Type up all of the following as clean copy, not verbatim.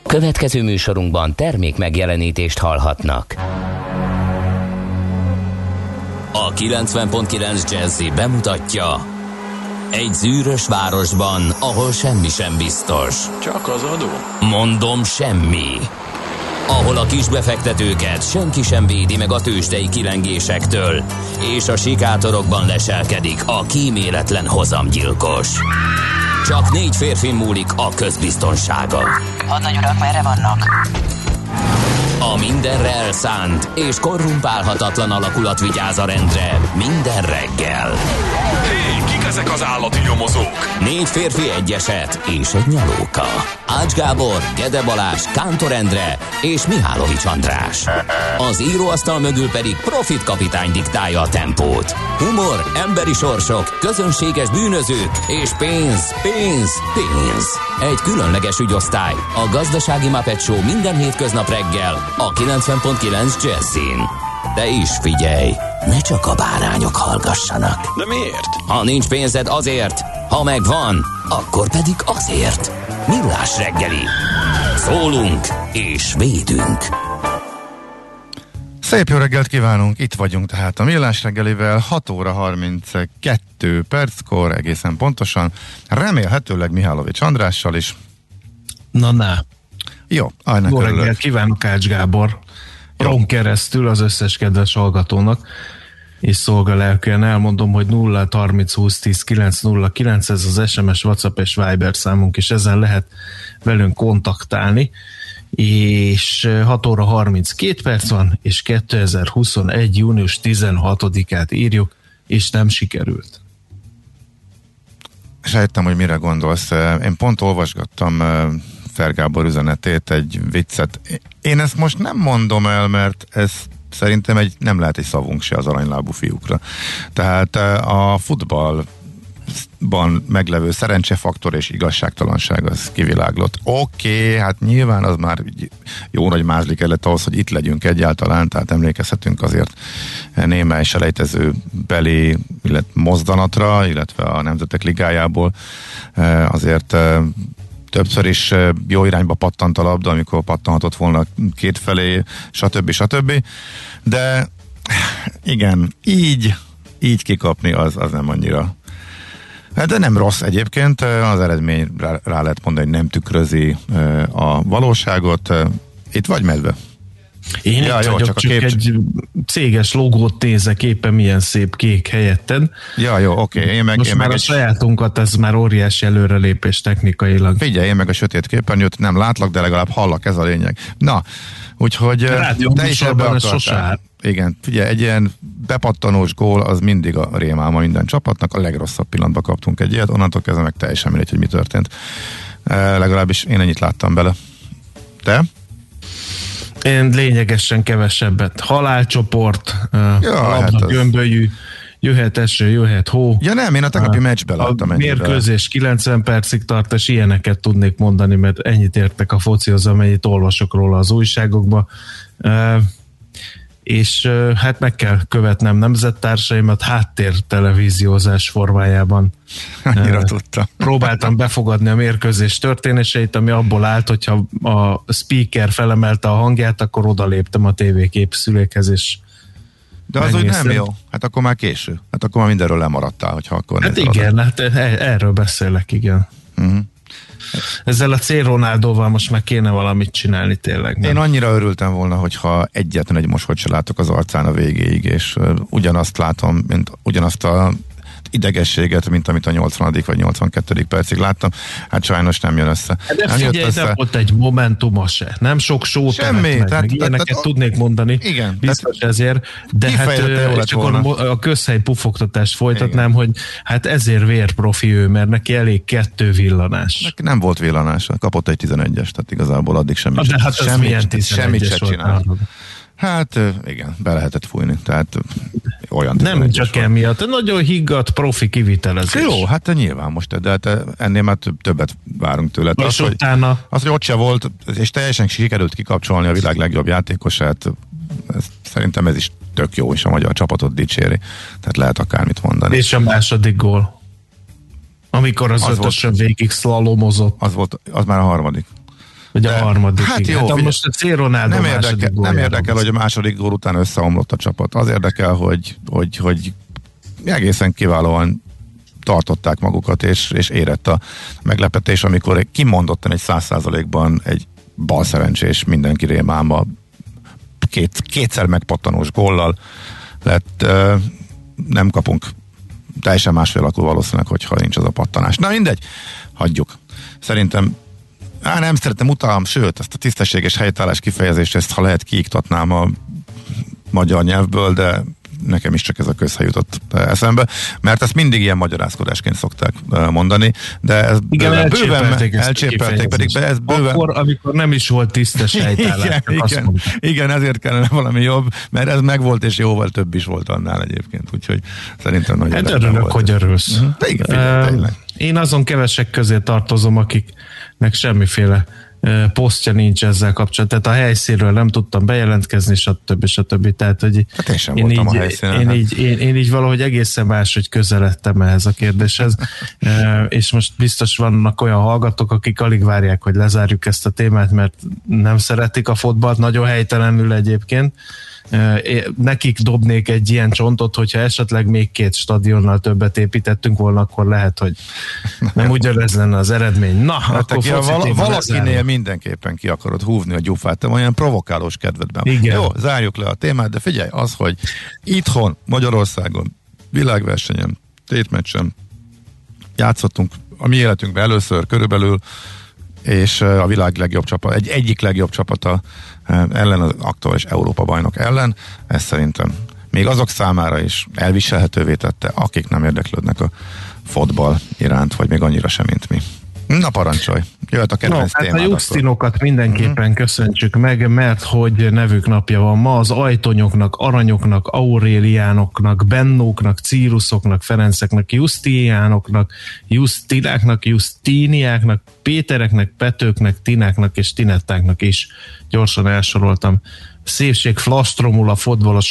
Következő műsorunkban termék megjelenítést hallhatnak. A 90.9 Jazzy bemutatja: egy zűrös városban, ahol semmi sem biztos. Csak az adó? Mondom, semmi. Ahol a kisbefektetőket senki sem védi meg a tőzsdei kilengésektől, és a sikátorokban leselkedik a kíméletlen hozamgyilkos. Csak 4 férfin múlik a közbiztonsága. Hadnagy urak, merre vannak? A mindenre elszánt és korrumpálhatatlan alakulat vigyáz a rendre minden reggel. Hé, kik ezek az állati nyomozók? 4 férfi, egy eset és egy nyalóka. Ács Gábor, Gede Balázs, Kántor Endre és Mihálovics András. Az íróasztal mögül pedig Profit kapitány diktálja a tempót. Humor, emberi sorsok, közönséges bűnözők és pénz, pénz, pénz. Egy különleges ügyosztály, a Gazdasági Muppet Show minden hétköznap reggel a 90.9 Jazzin. De is figyelj, ne csak a bárányok hallgassanak. De miért? Ha nincs pénzed, azért, ha megvan, akkor pedig azért. Millás reggeli. Szólunk és védünk. Szép jó reggelt kívánunk, itt vagyunk tehát a Millás reggelivel, 6 óra 32 perckor egészen pontosan, remélhetőleg Mihálovics Andrással is. Na. Jó, ajnak jó örülök. reggelt kívánok, Ács Gábor. Ron keresztül az összes kedves hallgatónak és szolgalelkűen elmondom, hogy 0-30-20-10-9-09, ez az SMS, WhatsApp és Viber számunk, és ezen lehet velünk kontaktálni, és 6 óra 32 perc van, és 2021. június 16-át írjuk, és nem sikerült. Sejtem, hogy mire gondolsz. Én pont olvasgattam Fergábor üzenetét, egy viccet. Én ezt most nem mondom el, mert ez szerintem nem lehet egy szavunk se az aranylábú fiúkra. Tehát a futballban meglevő szerencsefaktor és igazságtalanság az kiviláglott. Oké, hát nyilván az már jó nagy mázli kellett ahhoz, hogy itt legyünk egyáltalán, tehát emlékezhetünk azért némely selejtező beli mozdanatra, illetve a Nemzetek Ligájából azért többször is jó irányba pattant a labda, amikor pattanhatott volna kétfelé, stb. De igen, így kikapni az nem annyira. De nem rossz egyébként, az eredmény rá lehet mondani, hogy nem tükrözi a valóságot. Itt vagy medve? Én itt vagyok, csak egy céges logót nézek, éppen milyen szép kék helyetted. Ja, jó, oké. Most már a sajátunkat, ez már óriási előrelépés technikailag. Figyelj, én meg a sötét képernyőt nem látlak, de legalább hallak, ez a lényeg. Na, úgyhogy te is ebbe akartál. Igen, figyelj, egy ilyen bepattanós gól az mindig a rémálma minden csapatnak, a legrosszabb pillanatban kaptunk egy ilyet, onnantól kezdve meg teljesen mindegy, hogy mi történt. Legalábbis én ennyit láttam bele. Te? Én lényegesen kevesebbet. Halálcsoport, labda gömbölyű, jöhet eső, jöhet hó. Ja nem, én a tegnapi meccsbe láttam. A mérkőzés 90 percig tart, és ilyeneket tudnék mondani, mert ennyit értek a focihoz, amennyit olvasok róla az újságokba. És hát meg kell követnem nemzettársaimat háttértelevíziózás formájában. Annyira tudtam. Próbáltam befogadni a mérkőzés történéseit, ami abból állt, hogyha a speaker felemelte a hangját, akkor odaléptem a tévéképszülékhez, és de az úgy nem jó. Hát akkor már késő. Hát akkor már mindenről lemaradtál, hogyha akkor hát igen, hát erről beszélek, igen. Uh-huh. Ezzel a C. Ronaldóval most már kéne valamit csinálni tényleg. Nem? Én annyira örültem volna, hogyha egyetlen egy mosolyt se látok az arcán a végéig, és ugyanazt látom, mint ugyanazt a idegességet, mint amit a 80. vagy 82. percig láttam. Hát sajnos nem jön össze. De nem figyelj, nem volt egy momentuma se. Nem sok sót meg ilyeneket tudnék mondani. Igen. Biztos ezért. De hát csak a közhely pufogtatást folytatnám, igen, hogy hát ezért vérprofi ő, mert neki elég 2 villanás. Neki nem volt villanás, kapott egy 11-es, tehát igazából addig semmit se csinált. Hát igen, be lehetett fújni, tehát olyan... Nem csak emiatt, nagyon higgadt profi kivitelezés. Jó, hát nyilván most, de hát ennél már többet várunk tőle. Az, hogy ott se volt, és teljesen sikerült kikapcsolni a világ legjobb játékosát, szerintem ez is tök jó, és a magyar csapatot dicséri, tehát lehet akármit mondani. És a második gól, amikor az ötösön végig szlalomozott. Az már a harmadik. Hogy a harmadik. Hát jó, hát most a C. Ronaldo nem érdekel, hogy a második gól után összeomlott a csapat. Az érdekel, hogy egészen kiválóan tartották magukat, és érett a meglepetés, amikor kimondottan egy 100%-ban egy balszerencsés, mindenki rémálma kétszer megpattanós góllal lett, nem kapunk teljesen másfél alakul valószínűleg, hogyha nincs az a pattanás. Na mindegy, hagyjuk. Szerintem nem szeretem, utálom, sőt, ezt a tisztességes helytállás kifejezést, ezt ha lehet kiiktatnám a magyar nyelvből, de nekem is csak ez a közhely jutott eszembe, mert ezt mindig ilyen magyarázkodásként szokták mondani, de ez igen, elcsépelték pedig ez bőven... Akkor, amikor nem is volt tisztes helytállás. Igen, ezért kellene valami jobb, mert ez megvolt, és jóval több is volt annál egyébként, úgyhogy szerintem nagyon örülök, hogy örülsz. Igen, én azon kevesek közé tartozom, akiknek semmiféle posztja nincs ezzel kapcsolatban. Tehát a helyszínről nem tudtam bejelentkezni, stb. Tehát, hogy hát én sem voltam a helyszínen. Én így valahogy egészen máshogy közeledtem ehhez a kérdéshez, és most biztos vannak olyan hallgatók, akik alig várják, hogy lezárjuk ezt a témát, mert nem szeretik a fotballt, nagyon helytelenül egyébként. Nekik dobnék egy ilyen csontot, hogyha esetleg még 2 stadionnal többet építettünk volna, akkor lehet, hogy nem ugyanez lenne az eredmény. Na, hát akkor valakinél mindenképpen ki akarod húvni a gyufát, te olyan provokálós kedvedben. Igen. Jó, zárjuk le a témát, de figyelj, az, hogy itthon, Magyarországon, világversenyen, tétmeccsen játszottunk a mi életünkben először körülbelül, és a világ legjobb csapat, egyik legjobb csapata ellen, az aktuális Európa-bajnok ellen, ez szerintem még azok számára is elviselhetővé tette, akik nem érdeklődnek a fotball iránt, vagy még annyira sem, mint mi. Na parancsolj, jöhet a kedvenc témád. Hát a Justinokat mindenképpen köszöntsük meg, mert hogy nevük napja van ma, az Ajtonyoknak, Aranyoknak, Auréliánoknak, Bennóknak, Círuszoknak, Ferenceknek, Justiánoknak, Justináknak, Justiniáknak, Pétereknek, Petőknek, Tináknak és Tinettáknak is gyorsan elsoroltam. Szépség flastromul a fotbalos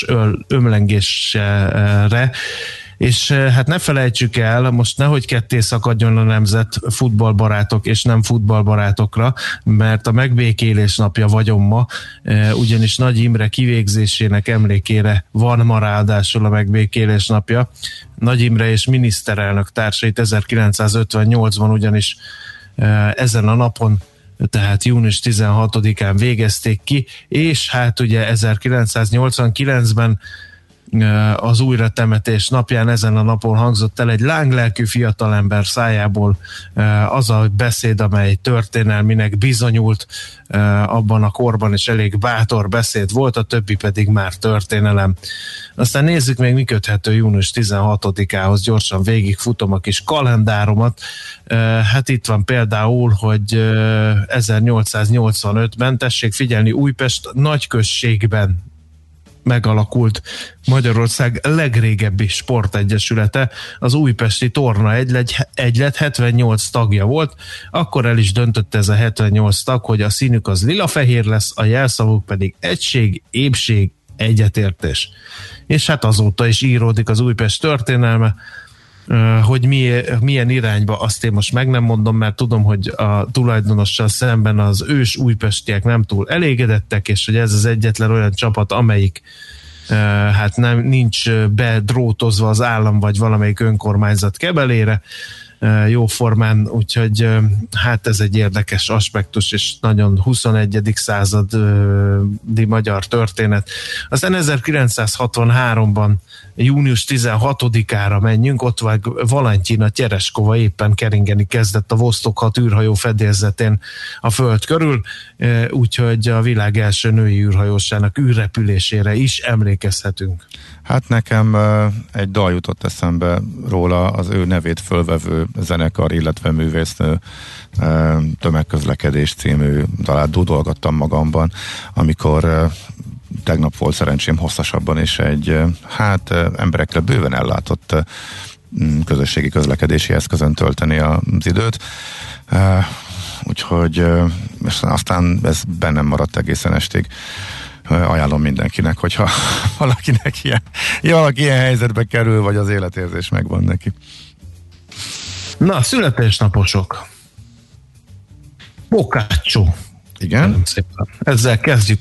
ömlengésre, és hát ne felejtsük el, most nehogy ketté szakadjon a nemzet futballbarátok és nem futballbarátokra, mert a megbékélés napja vagyon ma, ugyanis Nagy Imre kivégzésének emlékére van ma ráadásul a megbékélés napja. Nagy Imre és miniszterelnök társait 1958-ban ugyanis ezen a napon, tehát június 16-án végezték ki, és hát ugye 1989-ben az újratemetés napján ezen a napon hangzott el egy lánglelkű fiatalember szájából az a beszéd, amely történelminek bizonyult abban a korban, és elég bátor beszéd volt, a többi pedig már történelem. Aztán nézzük még, mi köthető június 16-ához, gyorsan végigfutom a kis kalendáromat. Hát itt van például, hogy 1885-ben, tessék figyelni, Újpest nagyközségben megalakult Magyarország legrégebbi sportegyesülete, az Újpesti Torna Egylet 78 tagja volt, akkor el is döntött ez a 78 tag, hogy a színük az lila-fehér lesz, a jelszavuk pedig egység, épség, egyetértés. És hát azóta is íródik az Újpest történelme, hogy milyen irányba, azt én most meg nem mondom, mert tudom, hogy a tulajdonossal szemben az ős újpestiek nem túl elégedettek, és hogy ez az egyetlen olyan csapat, amelyik hát nincs bedrótozva az állam vagy valamelyik önkormányzat kebelére jóformán, úgyhogy hát ez egy érdekes aspektus, és nagyon 21. századi magyar történet. Aztán 1963-ban június 16-ára menjünk, ott vagy Valentina Tereskova éppen keringeni kezdett a Vostok 6 űrhajó fedélzetén a Föld körül, úgyhogy a világ első női űrhajósának űrrepülésére is emlékezhetünk. Hát nekem egy dal jutott eszembe róla, az ő nevét fölvevő zenekar, illetve művésznő, Tömegközlekedés című dalát dúdolgattam magamban, amikor tegnap volt szerencsém hosszasabban is egy hát emberekre bőven ellátott közösségi közlekedési eszközön tölteni az időt. Úgyhogy aztán ez bennem maradt egészen estig. Ajánlom mindenkinek, hogyha valaki ilyen helyzetbe kerül, vagy az életérzés megvan neki. Na, születésnaposok. Boccaccio. Igen. Ezzel kezdjük.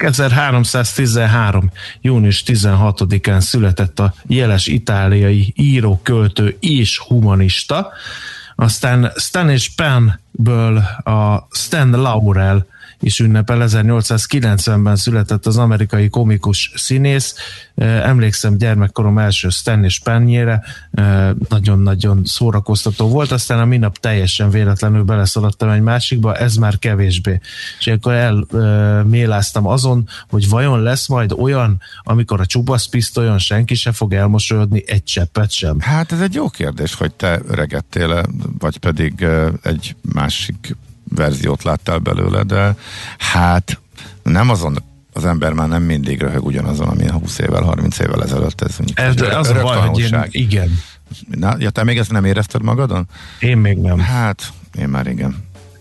1313. június 16-án született a jeles itáliai író, költő és humanista. Aztán Stan és Penből a Stan Laurel is ünnepel. 1890-ben született az amerikai komikus színész. Emlékszem gyermekkorom első Stan és Penjére, nagyon-nagyon szórakoztató volt, aztán a minap teljesen véletlenül beleszaladtam egy másikba, ez már kevésbé. És akkor elméláztam azon, hogy vajon lesz majd olyan, amikor a csupasz pisztolyon senki se fog elmosolyodni egy cseppet sem. Hát ez egy jó kérdés, hogy te öregettél, vagy pedig egy másik verziót láttál belőle, de hát nem azon, az ember már nem mindig röhög ugyanazon, ami 20 évvel, 30 évvel ezelőtt. Ez az a baj, hogy igen. Ja, te még ezt nem érezted magadon? Én még nem. Hát, én már igen.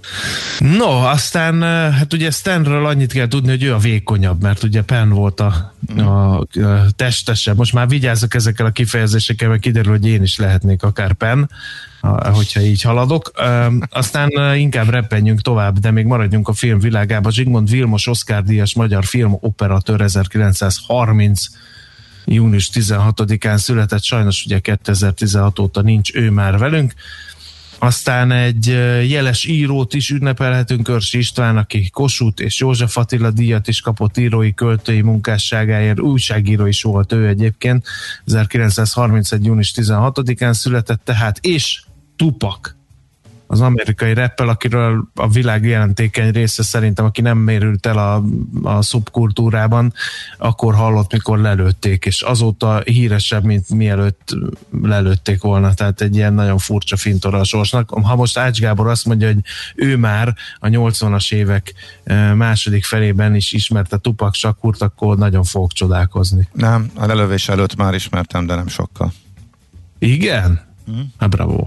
No, aztán hát ugye Stanről annyit kell tudni, hogy ő a vékonyabb, mert ugye Penn volt a testesebb. Most már vigyázzak ezekkel a kifejezésekkel, mert kiderül, hogy én is lehetnék akár Penn, hogyha így haladok. Aztán inkább reppenjünk tovább, de még maradjunk a film világában. Zsigmond Vilmos Oscar-díjas magyar filmoperatőr 1930. június 16-án született, sajnos ugye 2016 óta nincs ő már velünk. Aztán egy jeles írót is ünnepelhetünk, Örsi István, aki Kossuth és József Attila díjat is kapott írói, költői munkásságáért, újságíró is volt ő egyébként, 1931. június 16-án született tehát, és Tupac, az amerikai rappel, akiről a világ jelentékeny része szerintem, aki nem mérült el a szubkultúrában, akkor hallott, mikor lelőtték, és azóta híresebb, mint mielőtt lelőtték volna, tehát egy ilyen nagyon furcsa fintora a sorsnak. Ha most Ács Gábor azt mondja, hogy ő már a 80-as évek második felében is ismerte Tupac Shakurt, akkor nagyon fogok csodálkozni. Nem, a lelövés előtt már ismertem, de nem sokkal. Igen? Hát bravo.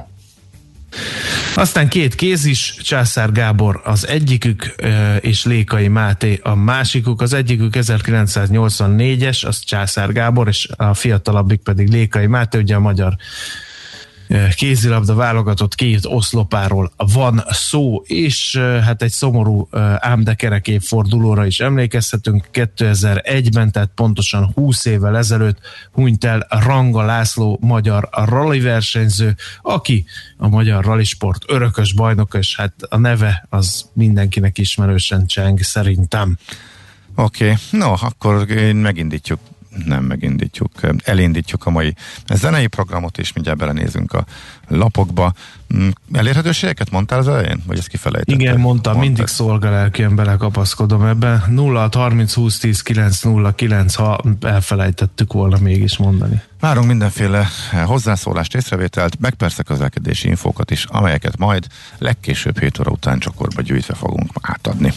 Aztán két kéz is, Császár Gábor az egyikük, és Lékai Máté a másikuk. Az egyikük 1984-es, az Császár Gábor, és a fiatalabbik pedig Lékai Máté, ugye a magyar kézilabda válogatott két oszlopáról van szó, és hát egy szomorú, ám de kerek évfordulóra is emlékezhetünk. 2001-ben, tehát pontosan 20 évvel ezelőtt hunyt el Ranga László, magyar rally versenyző, aki a magyar rallisport örökös bajnoka, és hát a neve az mindenkinek ismerősen cseng szerintem. Oké, no, akkor elindítjuk a mai zenei programot, és mindjárt belenézünk a lapokba. Elérhetőségeket mondtál az elején? Vagy ezt kifelejtettem? Igen, mondtam, mindig szolgalelkűen belekapaszkodom ebbe. 0 30 20 10 909, ha elfelejtettük volna mégis mondani. Várunk mindenféle hozzászólást, észrevételt, meg persze közlekedési infókat is, amelyeket majd legkésőbb 7 óra után csokorba gyűjtve fogunk átadni.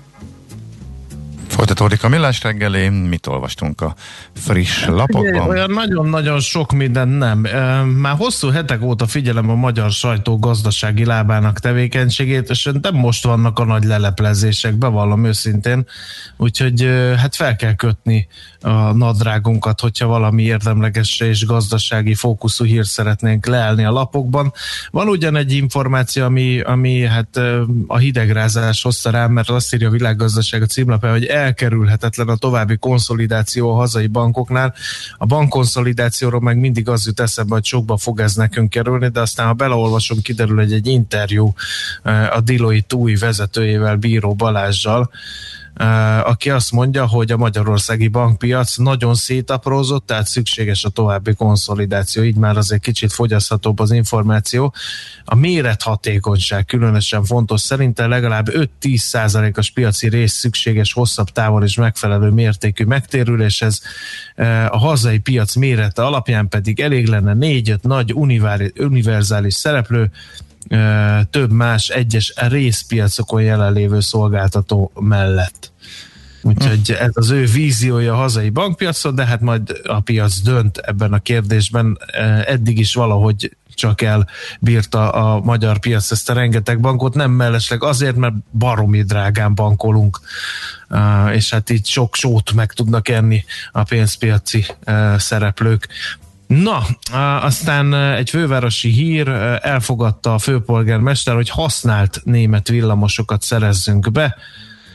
Folytatódik a Millás reggeli, mit olvastunk a friss lapokban? Olyan nagyon-nagyon sok minden nem. Már hosszú hetek óta figyelem a magyar sajtó gazdasági lábának tevékenységét, és nem most vannak a nagy leleplezések, bevallom őszintén, úgyhogy hát fel kell kötni a nadrágunkat, hogyha valami érdemleges és gazdasági fókuszú hírt szeretnénk leelni a lapokban. Van ugyan egy információ, ami hát a hidegrázás hozta rám, mert azt írja a Világgazdaság a címlapján, hogy elkerülhetetlen a további konszolidáció a hazai bankoknál. A bankkonszolidációról meg mindig az jut eszembe, hogy sokba fog ez nekünk kerülni, de aztán ha beleolvasom, kiderül, hogy egy interjú a Deloitte új vezetőjével, Bíró Balázssal, aki azt mondja, hogy a magyarországi bankpiac nagyon szétaprózott, tehát szükséges a további konszolidáció, így már azért kicsit fogyaszthatóbb az információ. A mérethatékonyság különösen fontos, szerintem legalább 5-10%-os piaci rész szükséges hosszabb távon és megfelelő mértékű megtérüléshez. A hazai piac mérete alapján pedig elég lenne 4-5 nagy univerzális szereplő, több más egyes részpiacokon jelenlévő szolgáltató mellett. Úgyhogy ez az ő víziója a hazai bankpiacon, de hát majd a piac dönt ebben a kérdésben. Eddig is valahogy csak elbírta a magyar piac ezt a rengeteg bankot, nem mellesleg azért, mert baromi drágán bankolunk, és hát így sok sót meg tudnak enni a pénzpiaci szereplők. Na, aztán egy fővárosi hír, elfogadta a főpolgármester, hogy használt német villamosokat szerezzünk be.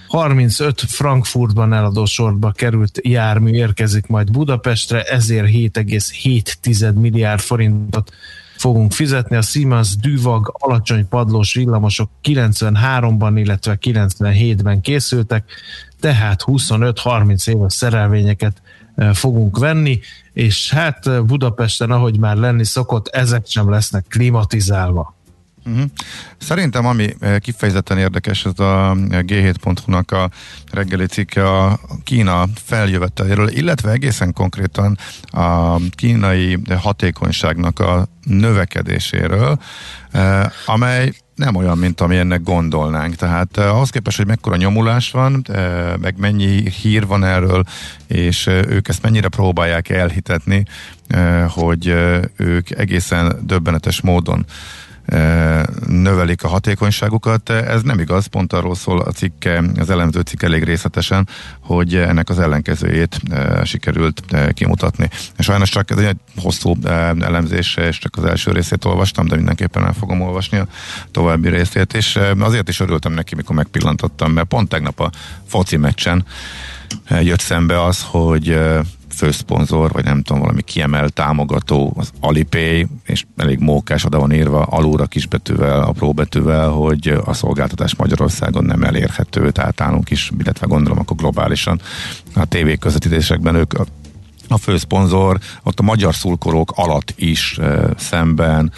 35 Frankfurtban eladó sorba került jármű érkezik majd Budapestre, ezért 7,7 milliárd forintot fogunk fizetni. A Siemens Duvag alacsony padlós villamosok 93-ban, illetve 97-ben készültek, tehát 25-30 éves szerelvényeket fogunk venni, és hát Budapesten, ahogy már lenni szokott, ezek sem lesznek klimatizálva. Szerintem ami kifejezetten érdekes, ez a G7.hu-nak a reggeli cikke a Kína feljöveteléről, illetve egészen konkrétan a kínai hatékonyságnak a növekedéséről, amely nem olyan, mint ami ennek gondolnánk. Tehát ahhoz képest, hogy mekkora nyomulás van, meg mennyi hír van erről, és ők ezt mennyire próbálják elhitetni, hogy ők egészen döbbenetes módon növelik a hatékonyságukat. Ez nem igaz, pont arról szól a cikke, az elemző cikk elég részletesen, hogy ennek az ellenkezőjét sikerült kimutatni. És sajnos csak ez egy hosszú elemzés, és csak az első részét olvastam, de mindenképpen el fogom olvasni a további részét, és azért is örültem neki, mikor megpillantottam, mert pont tegnap a foci meccsen jött szembe az, hogy főszponzor, vagy nem tudom, valami kiemelt támogató, az Alipay, és elég mókás, oda van írva alulra kisbetűvel, apró betűvel, hogy a szolgáltatás Magyarországon nem elérhető, tehát nálunk is, illetve gondolom akkor globálisan a TV közvetítésekben ők a főszponzor, ott a magyar szurkolók alatt is szemben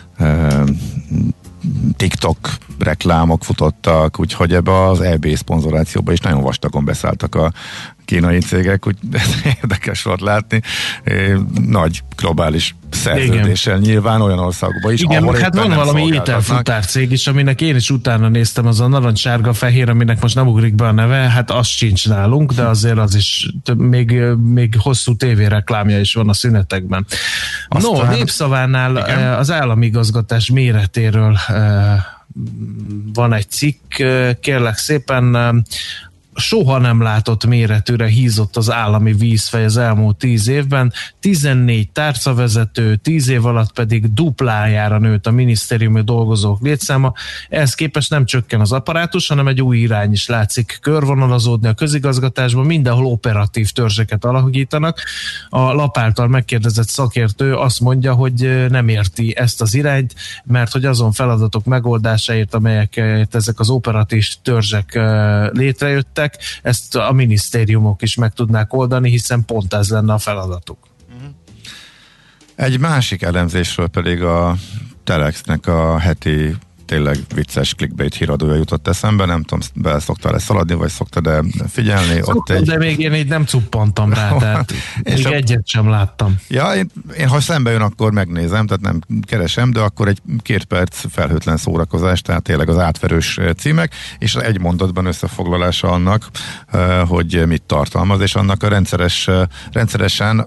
TikTok reklámok futottak, úgyhogy ebbe az EB szponzorációba is nagyon vastagon beszálltak a kínai cégek, úgy érdekes volt látni. Nagy globális szerződéssel nyilván olyan országokban is. Igen, hát van valami ételfutár cég is, aminek én is utána néztem, az a narancssárga-fehér, aminek most nem ugrik be a neve, hát az sincs nálunk, de azért az is még hosszú tévéreklámja is van a szünetekben. Aztán, Népszavánál igen. Az államigazgatás méretéről van egy cikk, kérlek szépen, soha nem látott méretűre hízott az állami vízfej az elmúlt 10 évben, 14 tárcavezető, 10 év alatt pedig duplájára nőtt a minisztériumi dolgozók létszáma. Ehhez képest nem csökken az apparátus, hanem egy új irány is látszik körvonalazódni a közigazgatásban, mindenhol operatív törzseket alakítanak. A lap által megkérdezett szakértő azt mondja, hogy nem érti ezt az irányt, mert hogy azon feladatok megoldásáért, amelyeket ezek az operatív törzsek létrejöttek, ezt a minisztériumok is meg tudnák oldani, hiszen pont ez lenne a feladatuk. Egy másik elemzésről pedig a Telexnek a heti tényleg vicces clickbait híradója jutott eszembe, nem tudom, be szoktál szaladni, vagy szoktad figyelni? Szoktam, de még én így nem cuppantam rá, tehát még egyet sem láttam. Ja, én ha szembe jön, akkor megnézem, tehát nem keresem, de akkor egy 2 perc felhőtlen szórakozás, tehát tényleg az átverős címek, és egy mondatban összefoglalása annak, hogy mit tartalmaz, és annak a rendszeresen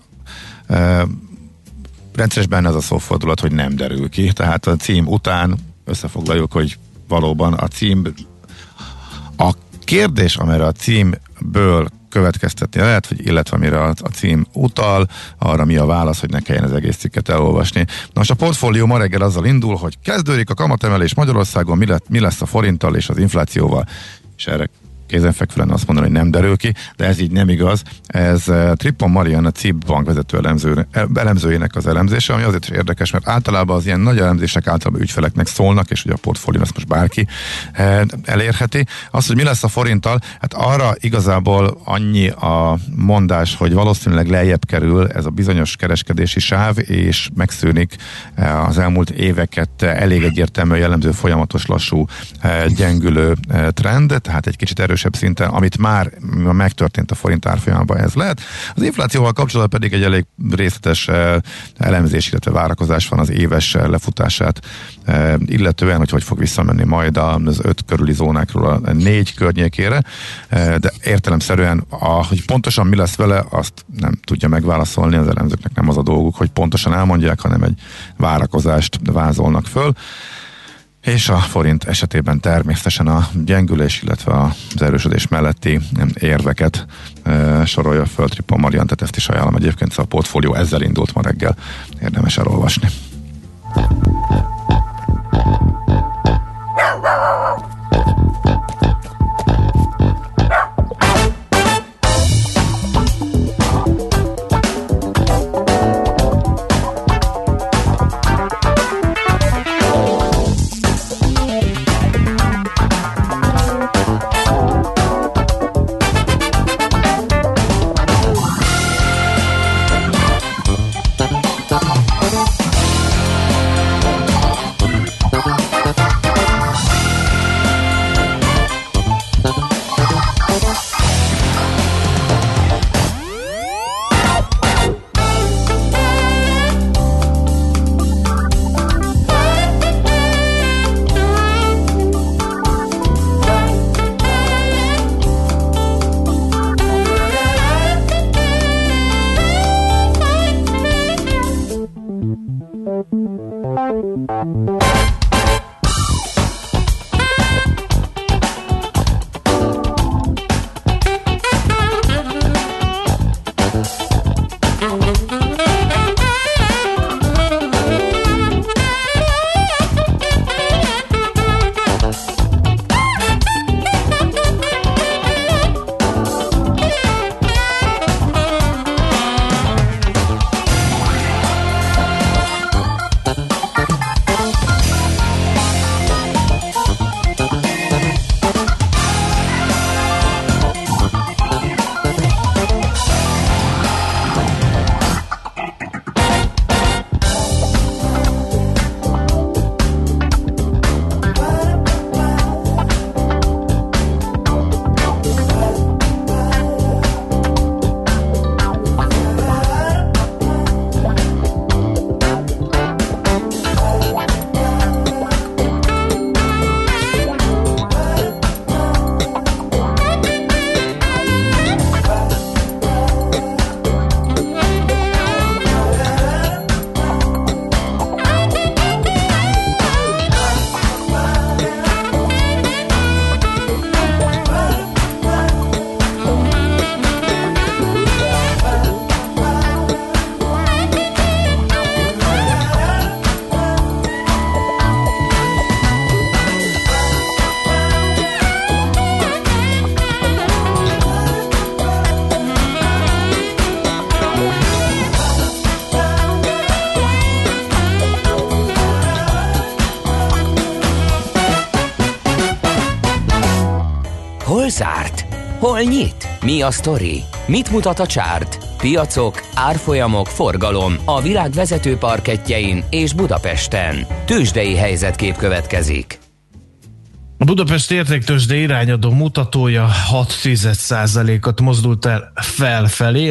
benne az a szófordulat, hogy nem derül ki, tehát a cím után összefoglaljuk, hogy valóban a cím, a kérdés, amire a címből következtetni lehet, illetve amire a cím utal, arra mi a válasz, hogy ne kelljen az egész cikket elolvasni. Most a portfólió ma reggel azzal indul, hogy kezdődik a kamatemelés Magyarországon, mi lesz a forinttal és az inflációval, és erre kézenfekvő lenne azt mondani, hogy nem derül ki, de ez így nem igaz. Ez Trippon Marian, a CIB bank vezető elemzőjének az elemzése, ami azért is érdekes, mert általában az ilyen nagy elemzések általában ügyfeleknek szólnak, és hogy a portfólió ezt most bárki elérheti. Az, hogy mi lesz a forinttal, hát arra igazából annyi a mondás, hogy valószínűleg lejjebb kerül ez a bizonyos kereskedési sáv, és megszűnik az elmúlt éveket elég egyértelmű jellemző folyamatos lassú gyengülő trend, tehát egy kicsit erősebb szinten, amit már megtörtént a forint árfolyamában, ez lehet. Az inflációval kapcsolatban pedig egy elég részletes elemzés, illetve várakozás van az éves lefutását, illetően, hogy fog visszamenni majd az 5 körüli zónákról a 4 környékére, de értelemszerűen, hogy pontosan mi lesz vele, azt nem tudja megválaszolni, az elemzőknek nem az a dolguk, hogy pontosan elmondják, hanem egy várakozást vázolnak föl. És a forint esetében természetesen a gyengülés, illetve az erősödés melletti érveket sorolja föl Trippon Marian, tehát ezt is ajánlom egyébként, a portfólió ezzel indult ma reggel, érdemes elolvasni. Hol nyit? Mi a sztori? Mit mutat a csárt? Piacok, árfolyamok, forgalom a világ vezető parkettjein és Budapesten. Tőzsdei helyzetkép következik. A Budapest értéktőzsde irányadó mutatója 0,6%-ot mozdult el felfelé,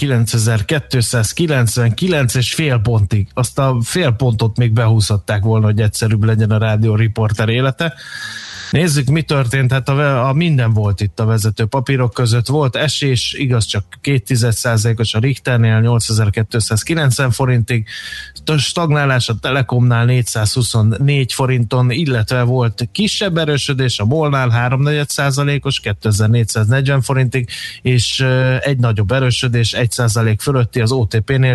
49.299 és fél pontig. Azt a fél pontot még behúzhatták volna, hogy egyszerűbb legyen a rádió riporter élete. Nézzük, mi történt. Hát a minden volt itt a vezető papírok között. Volt esés, igaz, csak 0,2%-os a Richternél 8290 forintig, stagnálás a Telekomnál 424 forinton, illetve volt kisebb erősödés a MOL-nál 3,4%-os 2440 forintig, és egy nagyobb erősödés 1% fölötti az OTP-nél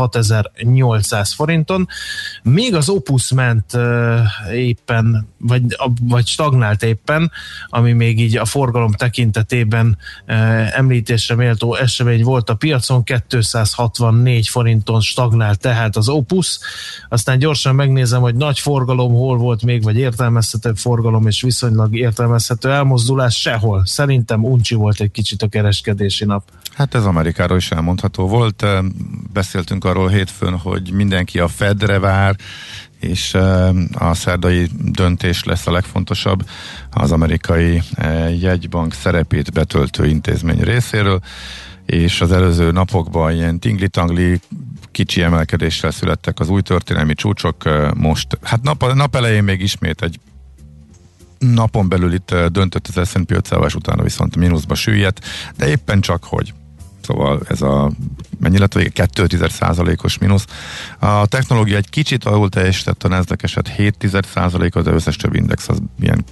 16800 forinton. Még az Opus ment éppen, vagy stagnált éppen, ami még így a forgalom tekintetében említésre méltó esemény volt a piacon, 264 forinton stagnált tehát az Opus. Aztán gyorsan megnézem, hogy nagy forgalom hol volt még, vagy értelmezhető forgalom és viszonylag értelmezhető elmozdulás sehol. Szerintem uncsi volt egy kicsit a kereskedési nap. Hát ez Amerikáról is elmondható volt. Beszéltünk arról hétfőn, hogy mindenki a Fedre vár, és a szerdai döntés lesz a legfontosabb az amerikai jegybank szerepét betöltő intézmény részéről, és az előző napokban ilyen tingli-tangli kicsi emelkedéssel születtek az új történelmi csúcsok. Most, hát nap elején még ismét egy napon belül itt döntött az S&P 500, és utána viszont mínuszba süllyedt, de éppen csak hogy. Szóval ez a mennyi lett, 2,1%-os mínusz. A technológia egy kicsit alul teljesített, a Nasdaq eset 0,7%-ot, de összes több index az ilyen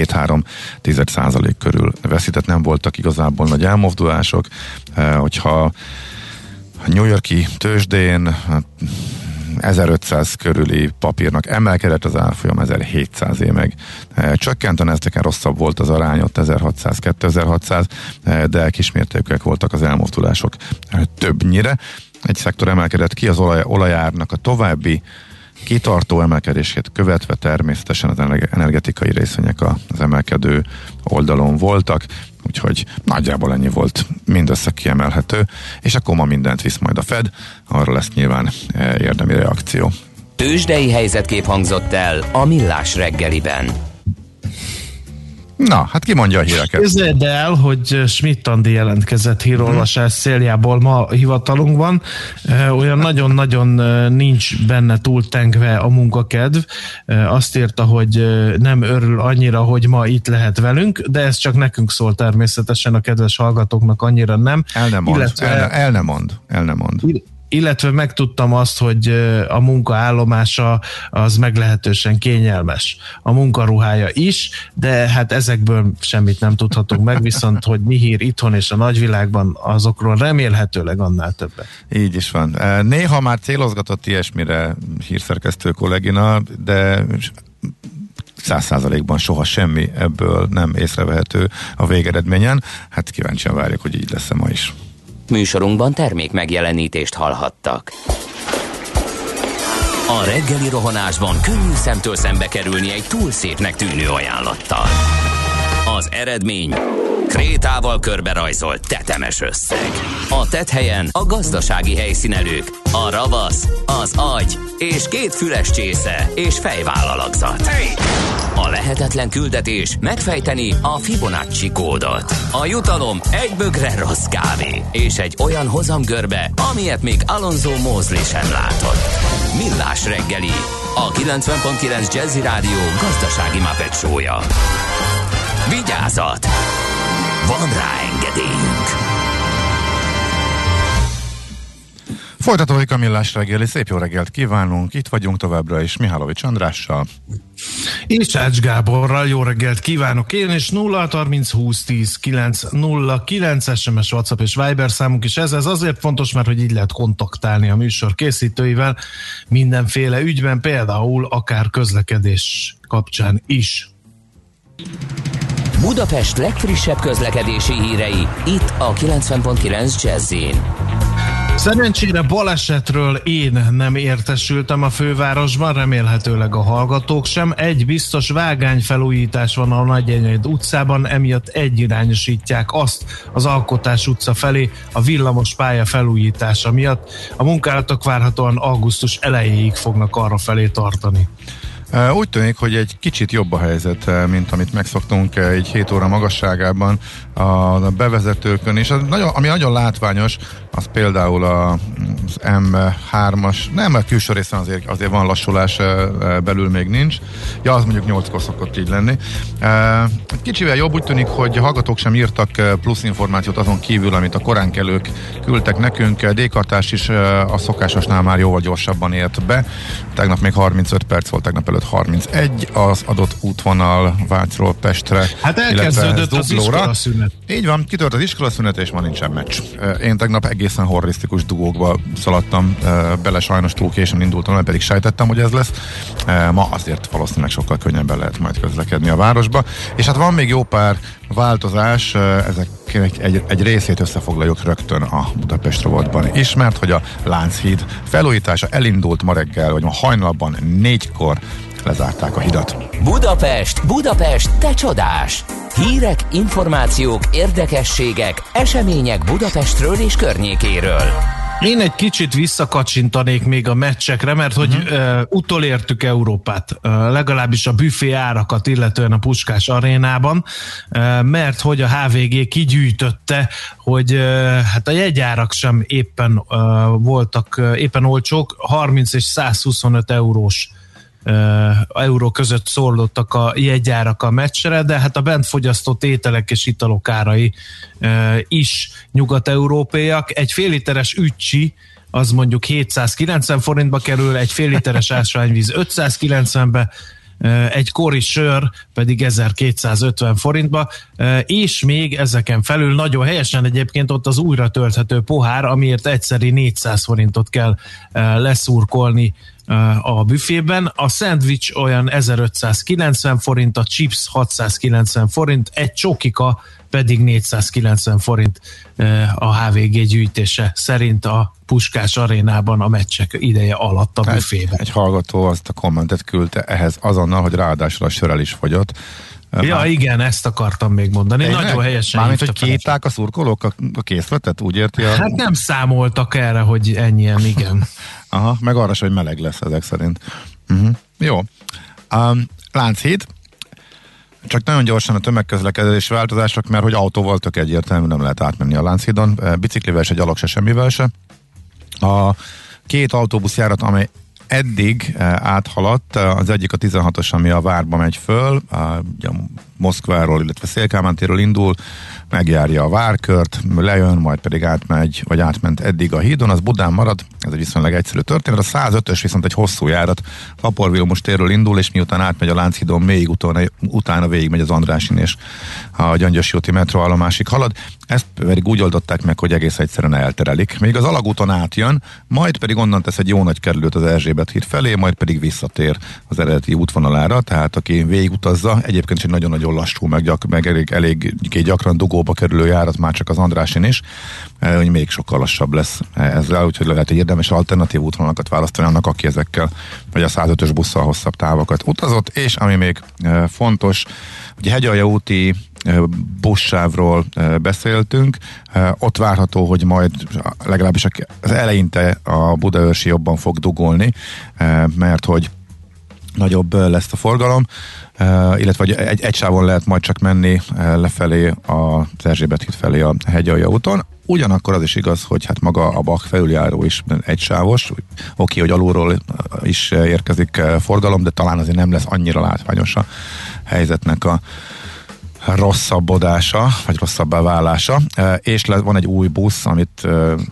2-3% körül veszített, nem voltak igazából nagy elmozdulások. Hogyha a New York-i tőzsdén 1500 körüli papírnak emelkedett az árfolyam, 1700-é meg csökkent, a Nasdaqen rosszabb volt az arány, ott 1600-2600, de kismértékűek voltak az elmozdulások többnyire. Egy szektor emelkedett ki, az olajárnak a további kitartó emelkedését követve természetesen az energetikai részvények az emelkedő oldalon voltak, úgyhogy nagyjából ennyi volt mindössze kiemelhető, és akkor ma mindent visz majd a Fed, arra lesz nyilván érdemi reakció. Tőzsdei helyzetkép hangzott el a Millás reggeliben. Na, hát ki mondja a híreket? Képzeld el, hogy Schmidt Andi jelentkezett hírolvasás céljából ma hivatalunkban. Olyan nagyon-nagyon nincs benne túl tengve a munkakedv. Azt írta, hogy nem örül annyira, hogy ma itt lehet velünk, de ez csak nekünk szól természetesen, a kedves hallgatóknak annyira nem. El nem mond. Illetve megtudtam azt, hogy a munkaállomása az meglehetősen kényelmes. A munkaruhája is, de hát ezekből semmit nem tudhatunk meg, viszont hogy mi hír itthon és a nagyvilágban, azokról remélhetőleg annál többet. Így is van. Néha már célozgatott ilyesmire hírszerkesztő kollégina, de 100%-ban soha semmi ebből nem észrevehető a végeredményen. Hát kíváncsian várjuk, hogy így lesz ma is. Műsorunkban termék megjelenítést hallhattak. A reggeli rohanásban könnyű szemtől szembe kerülni egy túl szépnek tűnő ajánlattal. Az eredmény krétával körberajzolt tetemes összeg. A tetthelyen a gazdasági helyszínelők, a ravasz, az agy és 2 füles csésze és fejvállalakzat. A lehetetlen küldetés megfejteni a Fibonacci kódot. A jutalom egy bögre rossz kávé és egy olyan hozamgörbe, amilyet még Alonso Mosley sem látott. Millás reggeli, a 90.9 Jazzy Rádió gazdasági Muppet show-ja. Vigyázat! Van rá engedélyünk! Folytatódik a Millás reggeli, szép jó reggelt kívánunk, itt vagyunk továbbra is Mihálovics Andrással. És Ács Gáborral jó reggelt kívánok én, és 0-30 20 10 909 SMS, WhatsApp és Viber számunk is ez azért fontos, mert hogy így lehet kontaktálni a műsor készítőivel mindenféle ügyben, például akár közlekedés kapcsán is. Budapest legfrissebb közlekedési hírei, itt a 90.9 Jazz-in. Szerencsére balesetről én nem értesültem a fővárosban, remélhetőleg a hallgatók sem. Egy biztos, vágányfelújítás van a Nagyenyed utcában, emiatt egyirányosítják azt az Alkotás utca felé a villamos pálya felújítása miatt. A munkálatok várhatóan augusztus elejéig fognak arra felé tartani. Úgy tűnik, hogy egy kicsit jobb a helyzet, mint amit megszoktunk egy 7 óra magasságában a bevezetőkön, és ami nagyon látványos, az például az M3-as, nem, a külső részen azért van lassulás, belül még nincs. Ja, az mondjuk 8-kor szokott így lenni. Kicsivel jobb, úgy tűnik, hogy a hallgatók sem írtak plusz információt azon kívül, amit a koránkelők küldtek nekünk. D-kartás is a szokásosnál már jóval gyorsabban ért be. Tegnap még 35 perc volt, tegnap előtt 31 az adott útvonal Vácról Pestre. Hát elkezdődött az iskolaszünet. Így van, kitört az iskolaszünet, és ma nincsen meccs. Én tegnap egészen horrisztikus dugókba szaladtam bele, sajnos túl későn indultam, mert pedig sejtettem, hogy ez lesz. Ma azért valószínűleg sokkal könnyebben lehet majd közlekedni a városba. És hát van még jó pár változás, ezek egy részét összefoglaljuk rögtön a Budapest rovatban is, mert hogy a Lánchíd felújítása elindult ma reggel, vagy ma hajnalban 4-kor lezárták a hidat. Budapest, Budapest, te csodás! Hírek, információk, érdekességek, események Budapestről és környékéről. Én egy kicsit visszakacsintanék még a meccsekre, mert hogy utolértük Európát, legalábbis a büfé árakat, illetően a Puskás arénában, mert hogy a HVG kigyűjtötte, hogy hát a jegyárak sem éppen voltak, éppen olcsók, 30 és 125 euró között szórlottak a jegyárak a meccsre, de hát a bent fogyasztott ételek és italok árai is nyugat-európaiak. Egy fél literes üccsi az mondjuk 790 forintba kerül, egy fél literes ásványvíz 590-be, egy kori sör pedig 1250 forintba, és még ezeken felül nagyon helyesen egyébként ott az újra tölthető pohár, amiért egyszeri 400 forintot kell leszurkolni a büfében. A szendvics olyan 1590 forint, a chips 690 forint, egy csokika pedig 490 forint a HVG gyűjtése szerint a Puskás arénában a meccsek ideje alatt a büfében. Egy hallgató azt a kommentet küldte ehhez azonnal, hogy ráadásul a sör el is fogyott. Ja, igen, ezt akartam még mondani. Nagyon helyesen. Mármint, hogy kéták a szurkolók a készletet, úgy érti? Hát nem számoltak erre, hogy ennyien, igen. Aha, meg arra sem, hogy meleg lesz ezek szerint. Jó. Lánchíd. Csak nagyon gyorsan a tömegközlekedés változások, mert hogy autóval tök egyértelmű nem lehet átmenni a Lánchídon. Biciklivel se, gyalog se, semmivel se. A 2 autóbuszjárat, amely eddig áthaladt, az egyik a 16-os, ami a Várba megy föl, a Moszkváról, illetve Széll-Kálmán térről indul, megjárja a Várkört, lejön, majd pedig átmegy, vagy átment eddig a hídon, az Budán marad, ez egy viszonylag egyszerű történet. A 105-ös viszont egy hosszú járat, Apor-Vilmos térről indul, és miután átmegy a Lánchídon, még utána végigmegy az Andrássyn és a Gyöngyösi úti metróállomásig halad. Ezt pedig úgy oldották meg, hogy egész egyszerűen elterelik. Még az Alagúton átjön, majd pedig onnan tesz egy jó nagy kerülőt az Erzsébet híd felé, majd pedig visszatér az eredeti útvonalára, tehát aki végigutazza, egyébként is egy nagyon-nagyon lassú, meg elég gyakran dugóba kerülő járat már csak az Andrássyn is, hogy még sokkal lassabb lesz ezzel, úgyhogy lehet egy érdemes alternatív útvonalakat választani annak, aki ezekkel, vagy a 105-ös busszal hosszabb távokat utazott, és ami még fontos, ugye Hegyalja úti buszsávról beszéltünk, ott várható, hogy majd legalábbis az eleinte a Budaörsi jobban fog dugolni, mert hogy nagyobb lesz a forgalom, illetve egy sávon lehet majd csak menni lefelé az Erzsébet híd felé a Hegyalja úton. Ugyanakkor az is igaz, hogy hát maga a Bach felüljáró is egysávos, oké, hogy alulról is érkezik forgalom, de talán azért nem lesz annyira látványos a helyzetnek a rosszabbodása, vagy rosszabbá válása, és van egy új busz, amit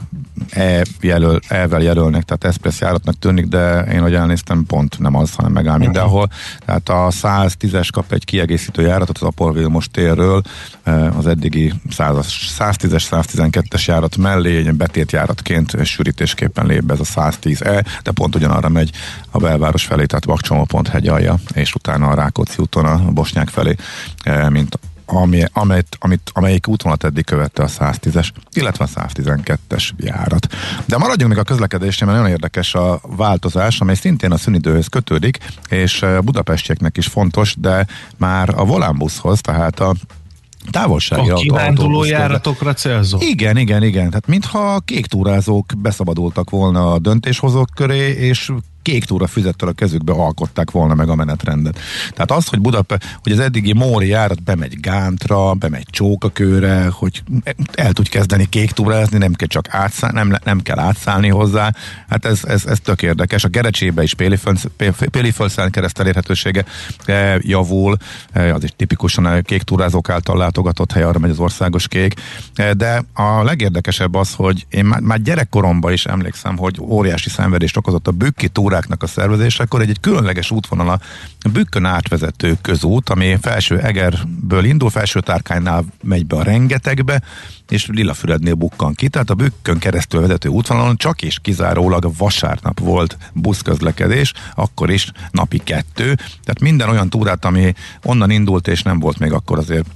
E-vel jelölnek, tehát express járatnak tűnik, de én, hogy elnéztem, pont nem az, hanem megáll mindenhol. Tehát a 110-es kap egy kiegészítő járatot az Apor-Vilmos térről, az eddigi 110-es, 112-es járat mellé egy betétjáratként sűrítésképpen lép be ez a 110E, de pont ugyanarra megy a belváros felé, tehát Bakcsomó pont Hegyalja, és utána a Rákóczi úton a Bosnyák felé, mint amelyik útvonalat eddig követte a 110-es, illetve a 112-es járat. De maradjunk még a közlekedésnél, mert nagyon érdekes a változás, amely szintén a szünidőhöz kötődik, és a budapestieknek is fontos, de már a volánbuszhoz, tehát a távolsági a kiránduló járatokra célzó. Igen. Tehát mintha kék túrázók beszabadultak volna a döntéshozók köré, és kék túra füzettel a kezükbe alkották volna meg a menetrendet. Tehát az, hogy az eddigi Móri járat bemegy Gántra, bemegy Csókakőre, hogy el tudj kezdeni kék túrázni, nem kell csak nem kell átszállni hozzá. Hát ez tök érdekes. A Gerecsébe is Péliföldszán kereszt elérhetősége javul, az is tipikusan a kék túrázók által látogatott hely, arra megy az országos kék. De a legérdekesebb az, hogy én már gyerekkoromban is emlékszem, hogy óriási szenvedést okozott a bükki túráknak a szervezésekor egy különleges útvonal a Bükkön átvezető közút, ami Felső Egerből indul, Felső Tárkánynál megy be a Rengetegbe, és Lilafürednél bukkan ki, tehát a Bükkön keresztül vezető útvonalon csak és kizárólag vasárnap volt buszközlekedés, akkor is napi 2, tehát minden olyan túrát, ami onnan indult, és nem volt még akkor azért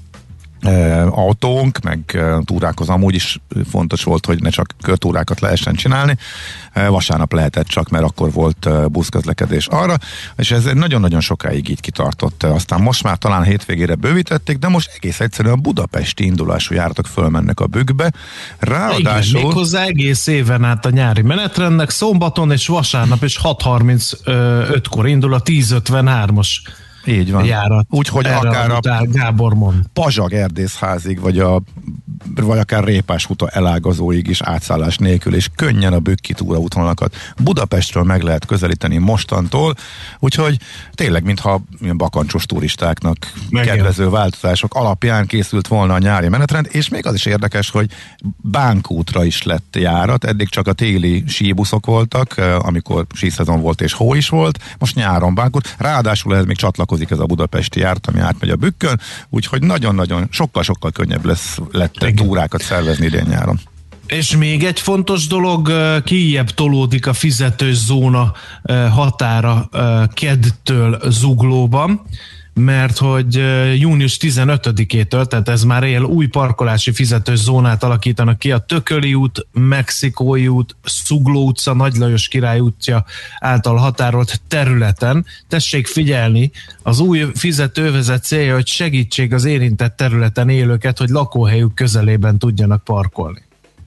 autónk, meg túrákhoz amúgy is fontos volt, hogy ne csak körtúrákat lehessen csinálni. Vasárnap lehetett csak, mert akkor volt buszközlekedés arra, és ez nagyon-nagyon sokáig így kitartott. Aztán most már talán hétvégére bővítették, de most egész egyszerűen a budapesti indulású járatok fölmennek a Bükkbe. Ráadásul... Méghozzá egész éven át a nyári menetrendnek, szombaton és vasárnap és 6:35-kor indul a 10:53-as így van. Járat. Úgyhogy akár a Gábor mond. Pazsag-Erdészházig, vagy akár Répáshuta elágazóig is átszállás nélkül, és könnyen a bükki túraútvonalakat Budapestről meg lehet közelíteni mostantól, úgyhogy tényleg, mintha bakancsos turistáknak kedvező változások alapján készült volna a nyári menetrend, és még az is érdekes, hogy Bánkútra is lett járat, eddig csak a téli síbuszok voltak, amikor síszezon volt és hó is volt, most nyáron Bánkút, ráadásul ez még csatlakozik ez a budapesti járat, ami átmegy a Bükkön, úgyhogy nagyon-nagyon sokkal könnyebb lett túrákat szervezni idén nyáron. És még egy fontos dolog, kijjebb tolódik a fizetős zóna határa Kedtől Zuglóban, mert hogy június 15-től, tehát ez már él, új parkolási fizetős zónát alakítanak ki a Tököli út, Mexikói út, Zugló utca, Nagy Lajos Király útja által határolt területen. Tessék figyelni, az új fizetőövezet célja, hogy segítség az érintett területen élőket, hogy lakóhelyük közelében tudjanak parkolni.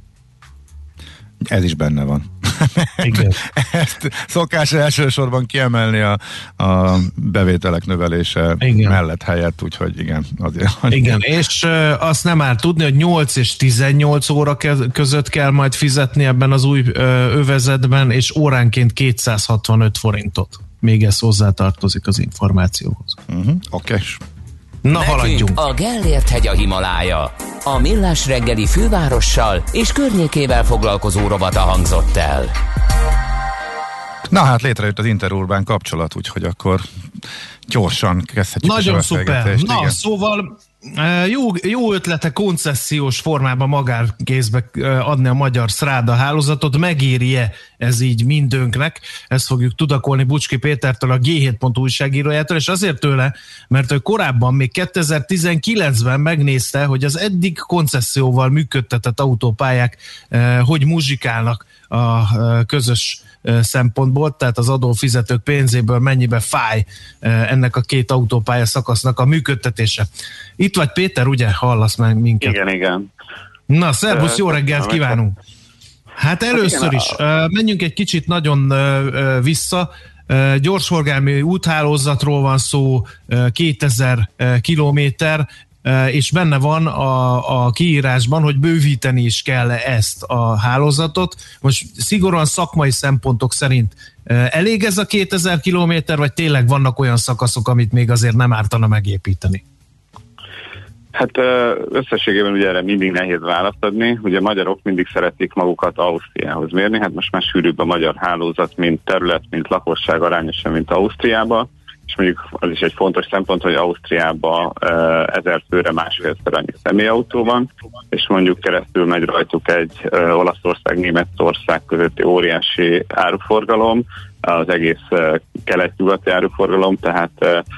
Ez is benne van. Igen. Ezt szokás elsősorban kiemelni a bevételek növelése mellett helyett, úgyhogy igen. Azért. Igen, és azt nem áll tudni, hogy 8 és 18 óra között kell majd fizetni ebben az új övezetben, és óránként 265 forintot. Még ez hozzátartozik az információhoz. Oké. Na, haladjunk. A Gellért-hegy a Himalája. A Millás reggeli fővárossal és környékével foglalkozó rovata hangzott el. Na hát létrejött az interurbán kapcsolat, úgyhogy akkor gyorsan kezdhetjük. Nagyon szuper. Na, igen. Szóval jó ötlete koncesziós formában magánkézbe adni a magyar Szráda hálózatot, megéri-e ez így mindönknek? Ezt fogjuk tudakolni Bucski Pétertől, a G7.hu újságírójától, és azért tőle, mert ő korábban, még 2019-ben megnézte, hogy az eddig koncesszióval működtetett autópályák hogy muzsikálnak a közös szempontból, tehát az adófizetők pénzéből mennyibe fáj ennek a két autópálya szakasznak a működtetése. Itt vagy Péter, ugye? Hallasz meg minket? Igen. Na, szervusz, jó reggelt kívánunk! Hát először is menjünk egy kicsit nagyon vissza. Gyorsforgalmi úthálózatról van szó, 2000 kilométer, és benne van a kiírásban, hogy bővíteni is kell ezt a hálózatot. Most szigorúan szakmai szempontok szerint elég ez a 2000 kilométer, vagy tényleg vannak olyan szakaszok, amit még azért nem ártana megépíteni? Hát összességében ugye erre mindig nehéz választ adni. Ugye magyarok mindig szeretik magukat Ausztriához mérni, hát most már sűrűbb a magyar hálózat, mint terület, mint lakosság arányosan, mint Ausztriában. És mondjuk az is egy fontos szempont, hogy Ausztriában 1000 főre 1,5-szer annyi személyautó van, és mondjuk keresztül megy rajtuk egy Olaszország-Németország közötti óriási áruforgalom, az egész kelet-nyugati áruforgalom, tehát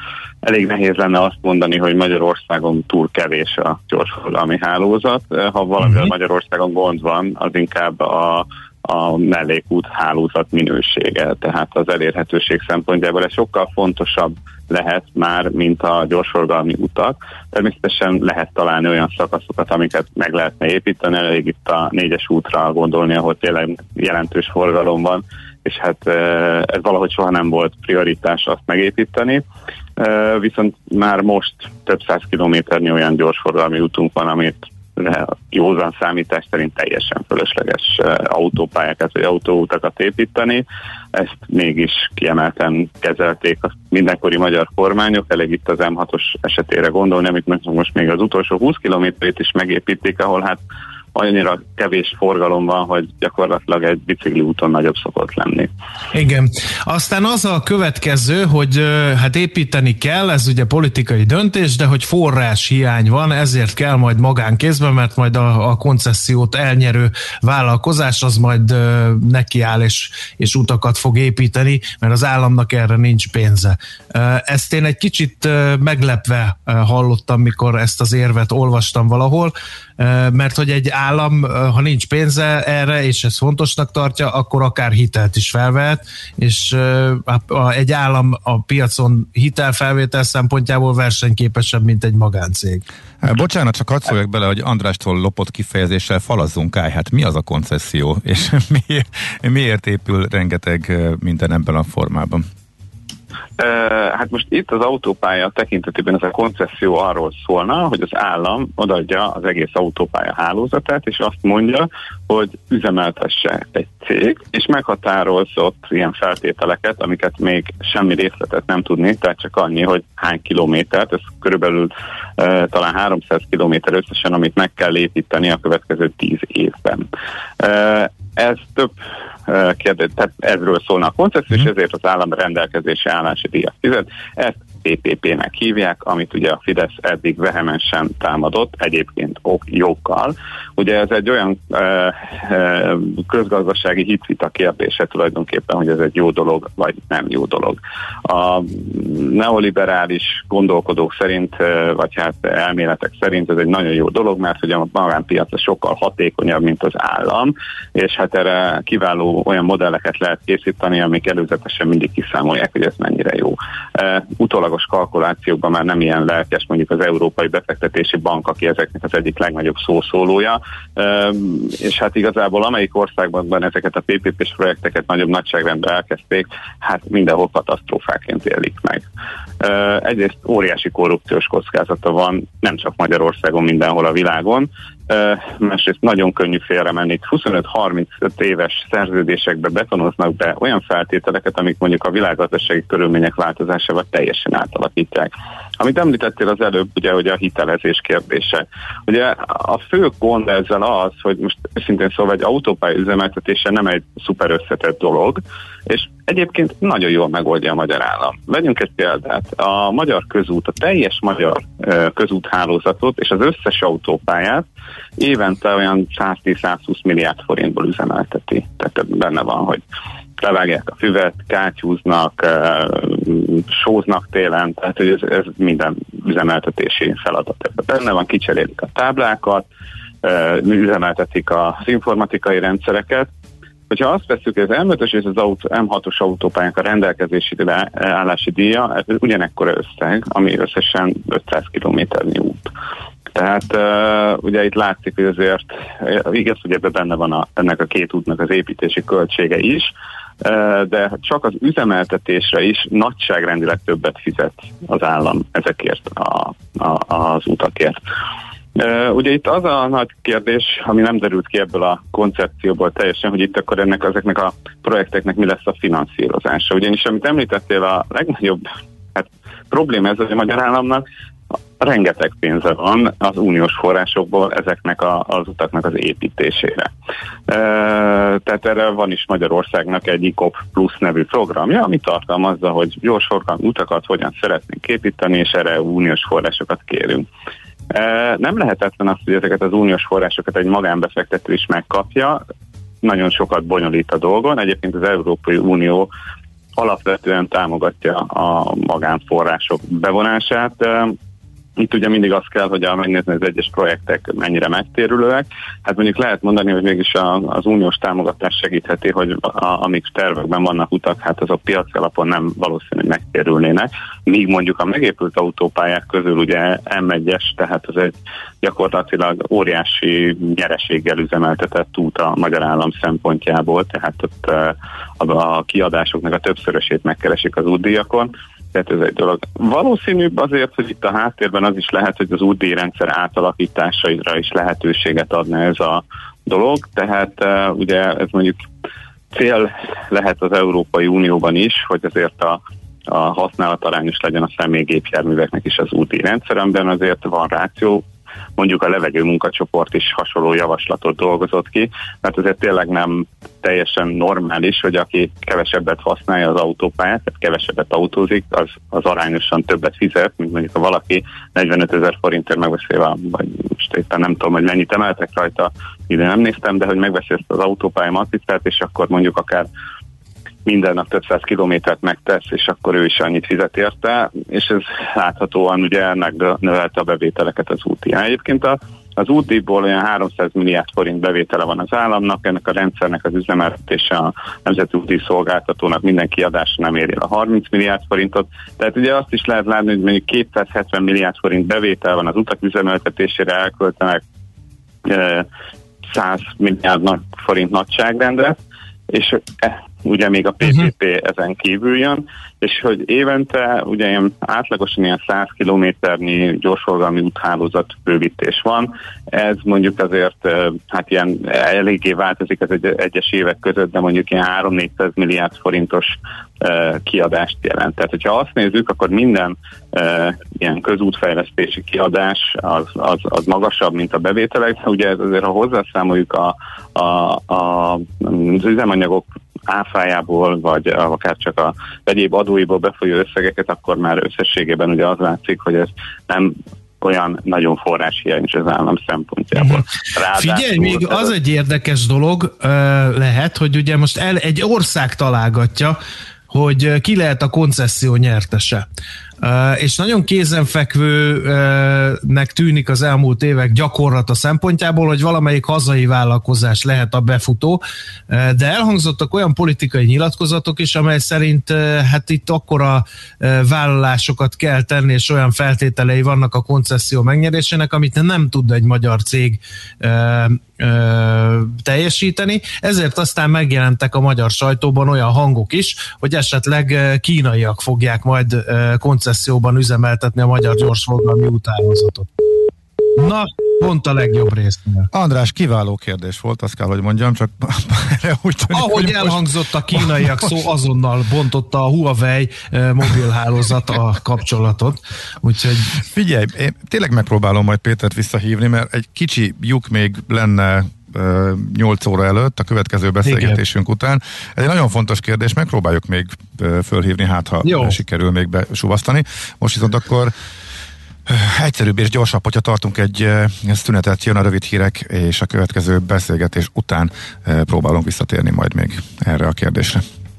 elég nehéz lenne azt mondani, hogy Magyarországon túl kevés a gyorsforgalmi hálózat. Ha valamivel Magyarországon gond van, az inkább a mellékút hálózat minősége, tehát az elérhetőség szempontjából ez sokkal fontosabb lehet már, mint a gyorsforgalmi utak. Természetesen lehet találni olyan szakaszokat, amiket meg lehetne építeni, elég itt a 4-es útra gondolni, ahol tényleg jelentős forgalom van, és hát ez valahogy soha nem volt prioritás azt megépíteni. Viszont már most több 100 kilométernyi olyan gyorsforgalmi útunk van, amit józan számítás szerint teljesen fölösleges autópályákat vagy autóutakat építeni. Ezt mégis kiemelten kezelték a mindenkori magyar kormányok, elég itt az M6-os esetére gondolni, amit most még az utolsó 20 kilométerét is megépítik, ahol hát annyira kevés forgalom van, hogy gyakorlatilag egy bicikli úton nagyobb szokott lenni. Igen. Aztán az a következő, hogy hát építeni kell, ez ugye politikai döntés, de hogy forrás hiány van, ezért kell majd magánkézben, mert majd a koncessziót elnyerő vállalkozás az majd nekiáll és utakat fog építeni, mert az államnak erre nincs pénze. Ezt én egy kicsit meglepve hallottam, mikor ezt az érvet olvastam valahol, mert hogy egy állam, ha nincs pénze erre, és ez fontosnak tartja, akkor akár hitelt is felvehet, és egy állam a piacon hitelfelvétel szempontjából versenyképesebb, mint egy magáncég. Bocsánat, csak hadd szóljak bele, hogy Andrástól lopott kifejezéssel falazzunk át. Hát mi az a koncesszió, és miért épül rengeteg minden ebben a formában? Hát most itt az autópálya tekintetében ez a koncesszió arról szólna, hogy az állam odaadja az egész autópálya hálózatát, és azt mondja, hogy üzemeltesse egy cég, és meghatározott ilyen feltételeket, amiket még semmi részletet nem tudni, tehát csak annyi, hogy hány kilométert, ez körülbelül talán 300 kilométer összesen, amit meg kell építeni a következő 10 évben. Ez több kérdés, tehát ezről szólna a koncesszió, és ezért az állam rendelkezési állási díjat fizet. Ezt PPP-nek hívják, amit ugye a Fidesz eddig vehemensen támadott, egyébként joggal. Ugye ez egy olyan közgazdasági hitvita kérdése tulajdonképpen, hogy ez egy jó dolog, vagy nem jó dolog. A neoliberális gondolkodók szerint, vagy hát elméletek szerint ez egy nagyon jó dolog, mert hogy a magánpiac sokkal hatékonyabb, mint az állam, és hát erre kiváló olyan modelleket lehet készíteni, amik előzetesen mindig kiszámolják, hogy ez mennyire jó. Utólagos kalkulációkban már nem ilyen lelkes, mondjuk az Európai Befektetési Bank, aki ezeknek az egyik legnagyobb szószólója, és hát igazából amelyik országban ezeket a PPP-s projekteket nagyobb nagyságrendben elkezdték, hát mindenhol katasztrófáként élik meg. Egyrészt óriási korrupciós kockázata van, nem csak Magyarországon, mindenhol a világon, másrészt nagyon könnyű félremenni. 25-35 éves szerződésekbe betonoznak be olyan feltételeket, amik mondjuk a világgazdasági körülmények változásával teljesen átalakítják. Amit említettél az előbb, ugye, hogy a hitelezés kérdése. Ugye a fő gond ezzel az, hogy most szintén szóval egy autópálya üzemeltetése nem egy szuper összetett dolog, és egyébként nagyon jól megoldja a magyar állam. Vegyünk egy példát. A magyar közút, a teljes magyar közúthálózatot és az összes autópályát évente olyan 110-120 milliárd forintból üzemelteti. Tehát benne van, hogy levágják a füvet, kátyúznak, sóznak télen, tehát hogy ez minden üzemeltetési feladat. Benne van, kicserélik a táblákat, üzemeltetik az informatikai rendszereket. Hogyha azt veszük, hogy az M5-ös és az M6-os autópályák a rendelkezési állási díja, ez ugyanekkora összeg, ami összesen 500 kilométernyi út. Tehát ugye itt látszik, hogy azért igaz, hogy ebben benne van ennek a két útnak az építési költsége is, de csak az üzemeltetésre is nagyságrendileg többet fizet az állam ezekért az utakért. Ugye itt az a nagy kérdés, ami nem derült ki ebből a koncepcióból teljesen, hogy itt akkor ezeknek a projekteknek mi lesz a finanszírozása. Ugyanis amit említettél, a legnagyobb probléma ez, hogy a magyar államnak rengeteg pénze van az uniós forrásokból ezeknek az utaknak az építésére. Tehát erre van is Magyarországnak egy ICOP Plus nevű programja, ami tartalmazza, hogy gyorsforgalmi utakat hogyan szeretnénk építeni, és erre uniós forrásokat kérünk. Nem lehetetlen az, hogy ezeket az uniós forrásokat egy magánbefektető is megkapja, nagyon sokat bonyolít a dolgon. Egyébként az Európai Unió alapvetően támogatja a magánforrások bevonását. Itt ugye mindig az kell, hogy megnézni az egyes projektek mennyire megtérülőek. Hát mondjuk lehet mondani, hogy mégis az uniós támogatás segítheti, hogy amik tervekben vannak utak, hát azok piaci alapon nem valószínű, hogy megtérülnének. Míg mondjuk a megépült autópályák közül ugye M1-es, tehát az egy gyakorlatilag óriási nyereséggel üzemeltetett út a magyar állam szempontjából, tehát ott a kiadásoknak a többszörösét megkeresik az útdíjakon. Tehát ez egy dolog. Valószínűbb azért, hogy itt a háttérben az is lehet, hogy az útdíjrendszer átalakításaira is lehetőséget adna ez a dolog, tehát ugye ez mondjuk cél lehet az Európai Unióban is, hogy azért a használatarányos legyen a személygépjárműveknek is az útdíjrendszer, amiben azért van ráció. Mondjuk a levegő munkacsoport is hasonló javaslatot dolgozott ki, mert azért tényleg nem teljesen normális, hogy aki kevesebbet használja az autópályát, tehát kevesebbet autózik, az arányosan többet fizet, mint mondjuk ha valaki 45 000 forintért megveszi, vagy most éppen nem tudom, hogy mennyit emeltek rajta, ide nem néztem, de hogy megveszi ezt az autópálya matricát, és akkor mondjuk akár minden nap több száz kilométert megtesz, és akkor ő is annyit fizet érte, és ez láthatóan ugye megnövelte a bevételeket az útdíján. Egyébként az útdíjból olyan 300 milliárd forint bevétele van az államnak, ennek a rendszernek az üzemeltetése a Nemzeti Útdíj Szolgáltatónak minden kiadása nem éri el a 30 milliárd forintot. Tehát ugye azt is lehet látni, hogy mondjuk 270 milliárd forint bevétel van az utak üzemeltetésére, elköltenek 100 milliárd forint nagyságrendre, és ugye még a PPP ezen kívül jön, és hogy évente ugye ilyen átlagosan ilyen 100 kilométernyi gyorsforgalmi úthálózat bővítés van. Ez mondjuk azért hát ilyen eléggé változik az egyes évek között, de mondjuk ilyen 300-400 milliárd forintos kiadást jelent. Tehát, hogyha azt nézzük, akkor minden ilyen közútfejlesztési kiadás az magasabb, mint a bevételek, de ugye ez azért, ha hozzászámoljuk az üzemanyagok áfájából, vagy akár csak a egyéb adóiból befolyó összegeket, akkor már összességében ugye az látszik, hogy ez nem olyan nagyon forráshiányos az állam szempontjából. Figyelj, még az egy érdekes dolog lehet, hogy ugye most egy ország találgatja, hogy ki lehet a koncesszió nyertese. És nagyon kézenfekvőnek tűnik az elmúlt évek gyakorlata szempontjából, hogy valamelyik hazai vállalkozás lehet a befutó, de elhangzottak olyan politikai nyilatkozatok is, amely szerint hát itt akkora vállalásokat kell tenni, és olyan feltételei vannak a koncesszió megnyerésének, amit nem tud egy magyar cég teljesíteni, ezért aztán megjelentek a magyar sajtóban olyan hangok is, hogy esetleg kínaiak fogják majd koncesszióban üzemeltetni a magyar gyorsforgalmi úthálózatot. Na, pont a legjobb résznél. András, kiváló kérdés volt, azt kell, hogy mondjam, csak úgy tűnik, ahogy elhangzott a kínaiak szó, azonnal bontotta a Huawei mobilhálózat a kapcsolatot. Úgyhogy... Figyelj, én tényleg megpróbálom majd Pétert visszahívni, mert egy kicsi lyuk még lenne 8 óra előtt, a következő beszélgetésünk után. Ez egy nagyon fontos kérdés, megpróbáljuk még fölhívni, hát ha sikerül még besuvasztani. Most viszont akkor egyszerűbb és gyorsabb, hogyha tartunk egy szünetet, jön a rövid hírek, és a következő beszélgetés után próbálunk visszatérni majd még erre a kérdésre.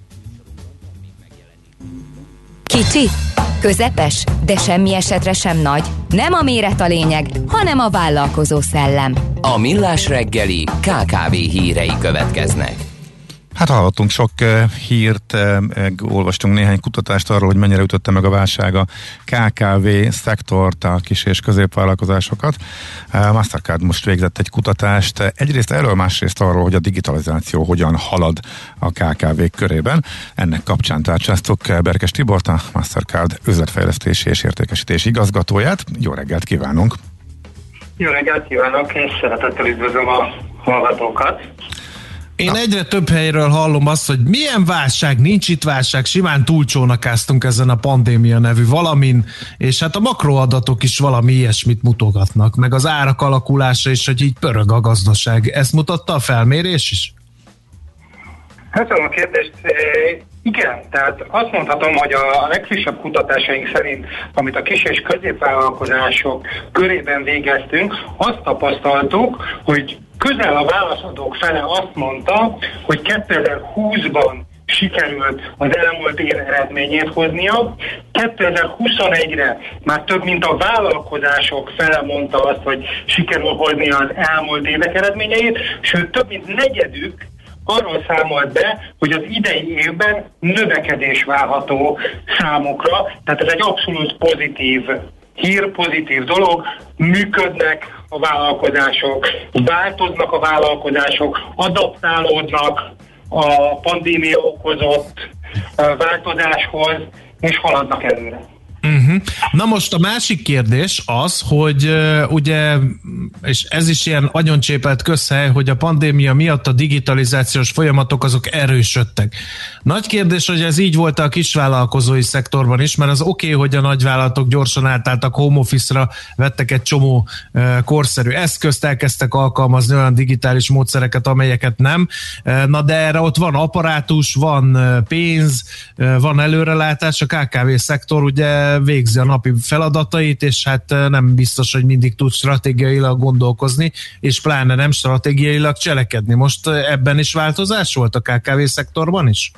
Kicsi, közepes, de semmi esetre sem nagy. Nem a méret a lényeg, hanem a vállalkozó szellem. A Millás reggeli KKV hírei következnek. Hát hallottunk sok hírt, olvastunk néhány kutatást arról, hogy mennyire ütötte meg a válság a KKV szektort, a kis és középvállalkozásokat. Mastercard most végzett egy kutatást, egyrészt erről, másrészt arról, hogy a digitalizáció hogyan halad a KKV körében. Ennek kapcsán tárcsáztuk Berkes Tibort, a Mastercard üzletfejlesztési és értékesítési igazgatóját. Jó reggelt kívánunk! Jó reggelt kívánok, és szeretettel üdvözlöm a hallgatókat! Én egyre több helyről hallom azt, hogy milyen válság, nincs itt válság, simán túlcsónakáztunk ezen a pandémia nevű valamin, és hát a makroadatok is valami ilyesmit mutogatnak, meg az árak alakulása is, hogy így pörög a gazdaság. Ezt mutatta a felmérés is? Köszönöm a kérdést. Igen, tehát azt mondhatom, hogy a legfrissebb kutatásaink szerint, amit a kis és középvállalkozások körében végeztünk, azt tapasztaltuk, hogy közel a válaszadók fele azt mondta, hogy 2020-ban sikerült az elmúlt év eredményét hoznia. 2021-re már több mint a vállalkozások fele mondta azt, hogy sikerül hozni az elmúlt évek eredményeit, sőt több mint negyedük arról számolt be, hogy az idei évben növekedés várható számukra, tehát ez egy abszolút pozitív hír, pozitív dolog, működnek a vállalkozások, változnak a vállalkozások, adaptálódnak a pandémia okozott változáshoz, és haladnak előre. Uh-huh. Na most a másik kérdés az, hogy ugye, és ez is ilyen agyoncsépelt közhely, hogy a pandémia miatt a digitalizációs folyamatok azok erősödtek. Nagy kérdés, hogy ez így volt a kisvállalkozói szektorban is, mert az oké, hogy a nagyvállalatok gyorsan átálltak home office-ra, vettek egy csomó korszerű eszközt, elkezdtek alkalmazni olyan digitális módszereket, amelyeket nem. Na de erre ott van apparátus, van pénz, van előrelátás, a KKV szektor ugye végzi a napi feladatait, és hát nem biztos, hogy mindig tud stratégiailag gondolkozni, és pláne nem stratégiailag cselekedni. Most ebben is változás volt a KKV szektorban is?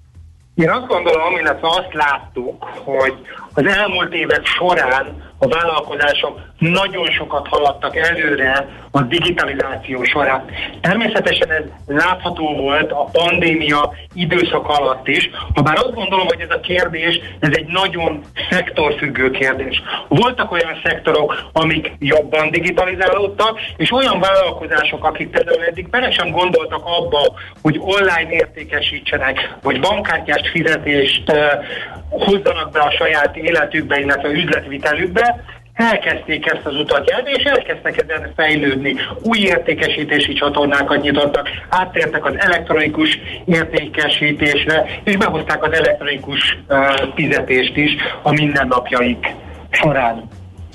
Én azt gondolom, illetve azt láttuk, hogy az elmúlt évek során a vállalkozások nagyon sokat haladtak előre a digitalizáció során. Természetesen ez látható volt a pandémia időszak alatt is, ha bár azt gondolom, hogy ez a kérdés, ez egy nagyon szektorfüggő kérdés. Voltak olyan szektorok, amik jobban digitalizálódtak, és olyan vállalkozások, akik például eddig bele sem gondoltak abba, hogy online értékesítsenek, vagy bankkártyás fizetést hozzanak be a saját életükbe, illetve üzletvitelükbe, elkezdték ezt az utat járni, és elkezdtek ezen fejlődni. Új értékesítési csatornákat nyitottak, áttértek az elektronikus értékesítésre, és behozták az elektronikus fizetést is a mindennapjaik során.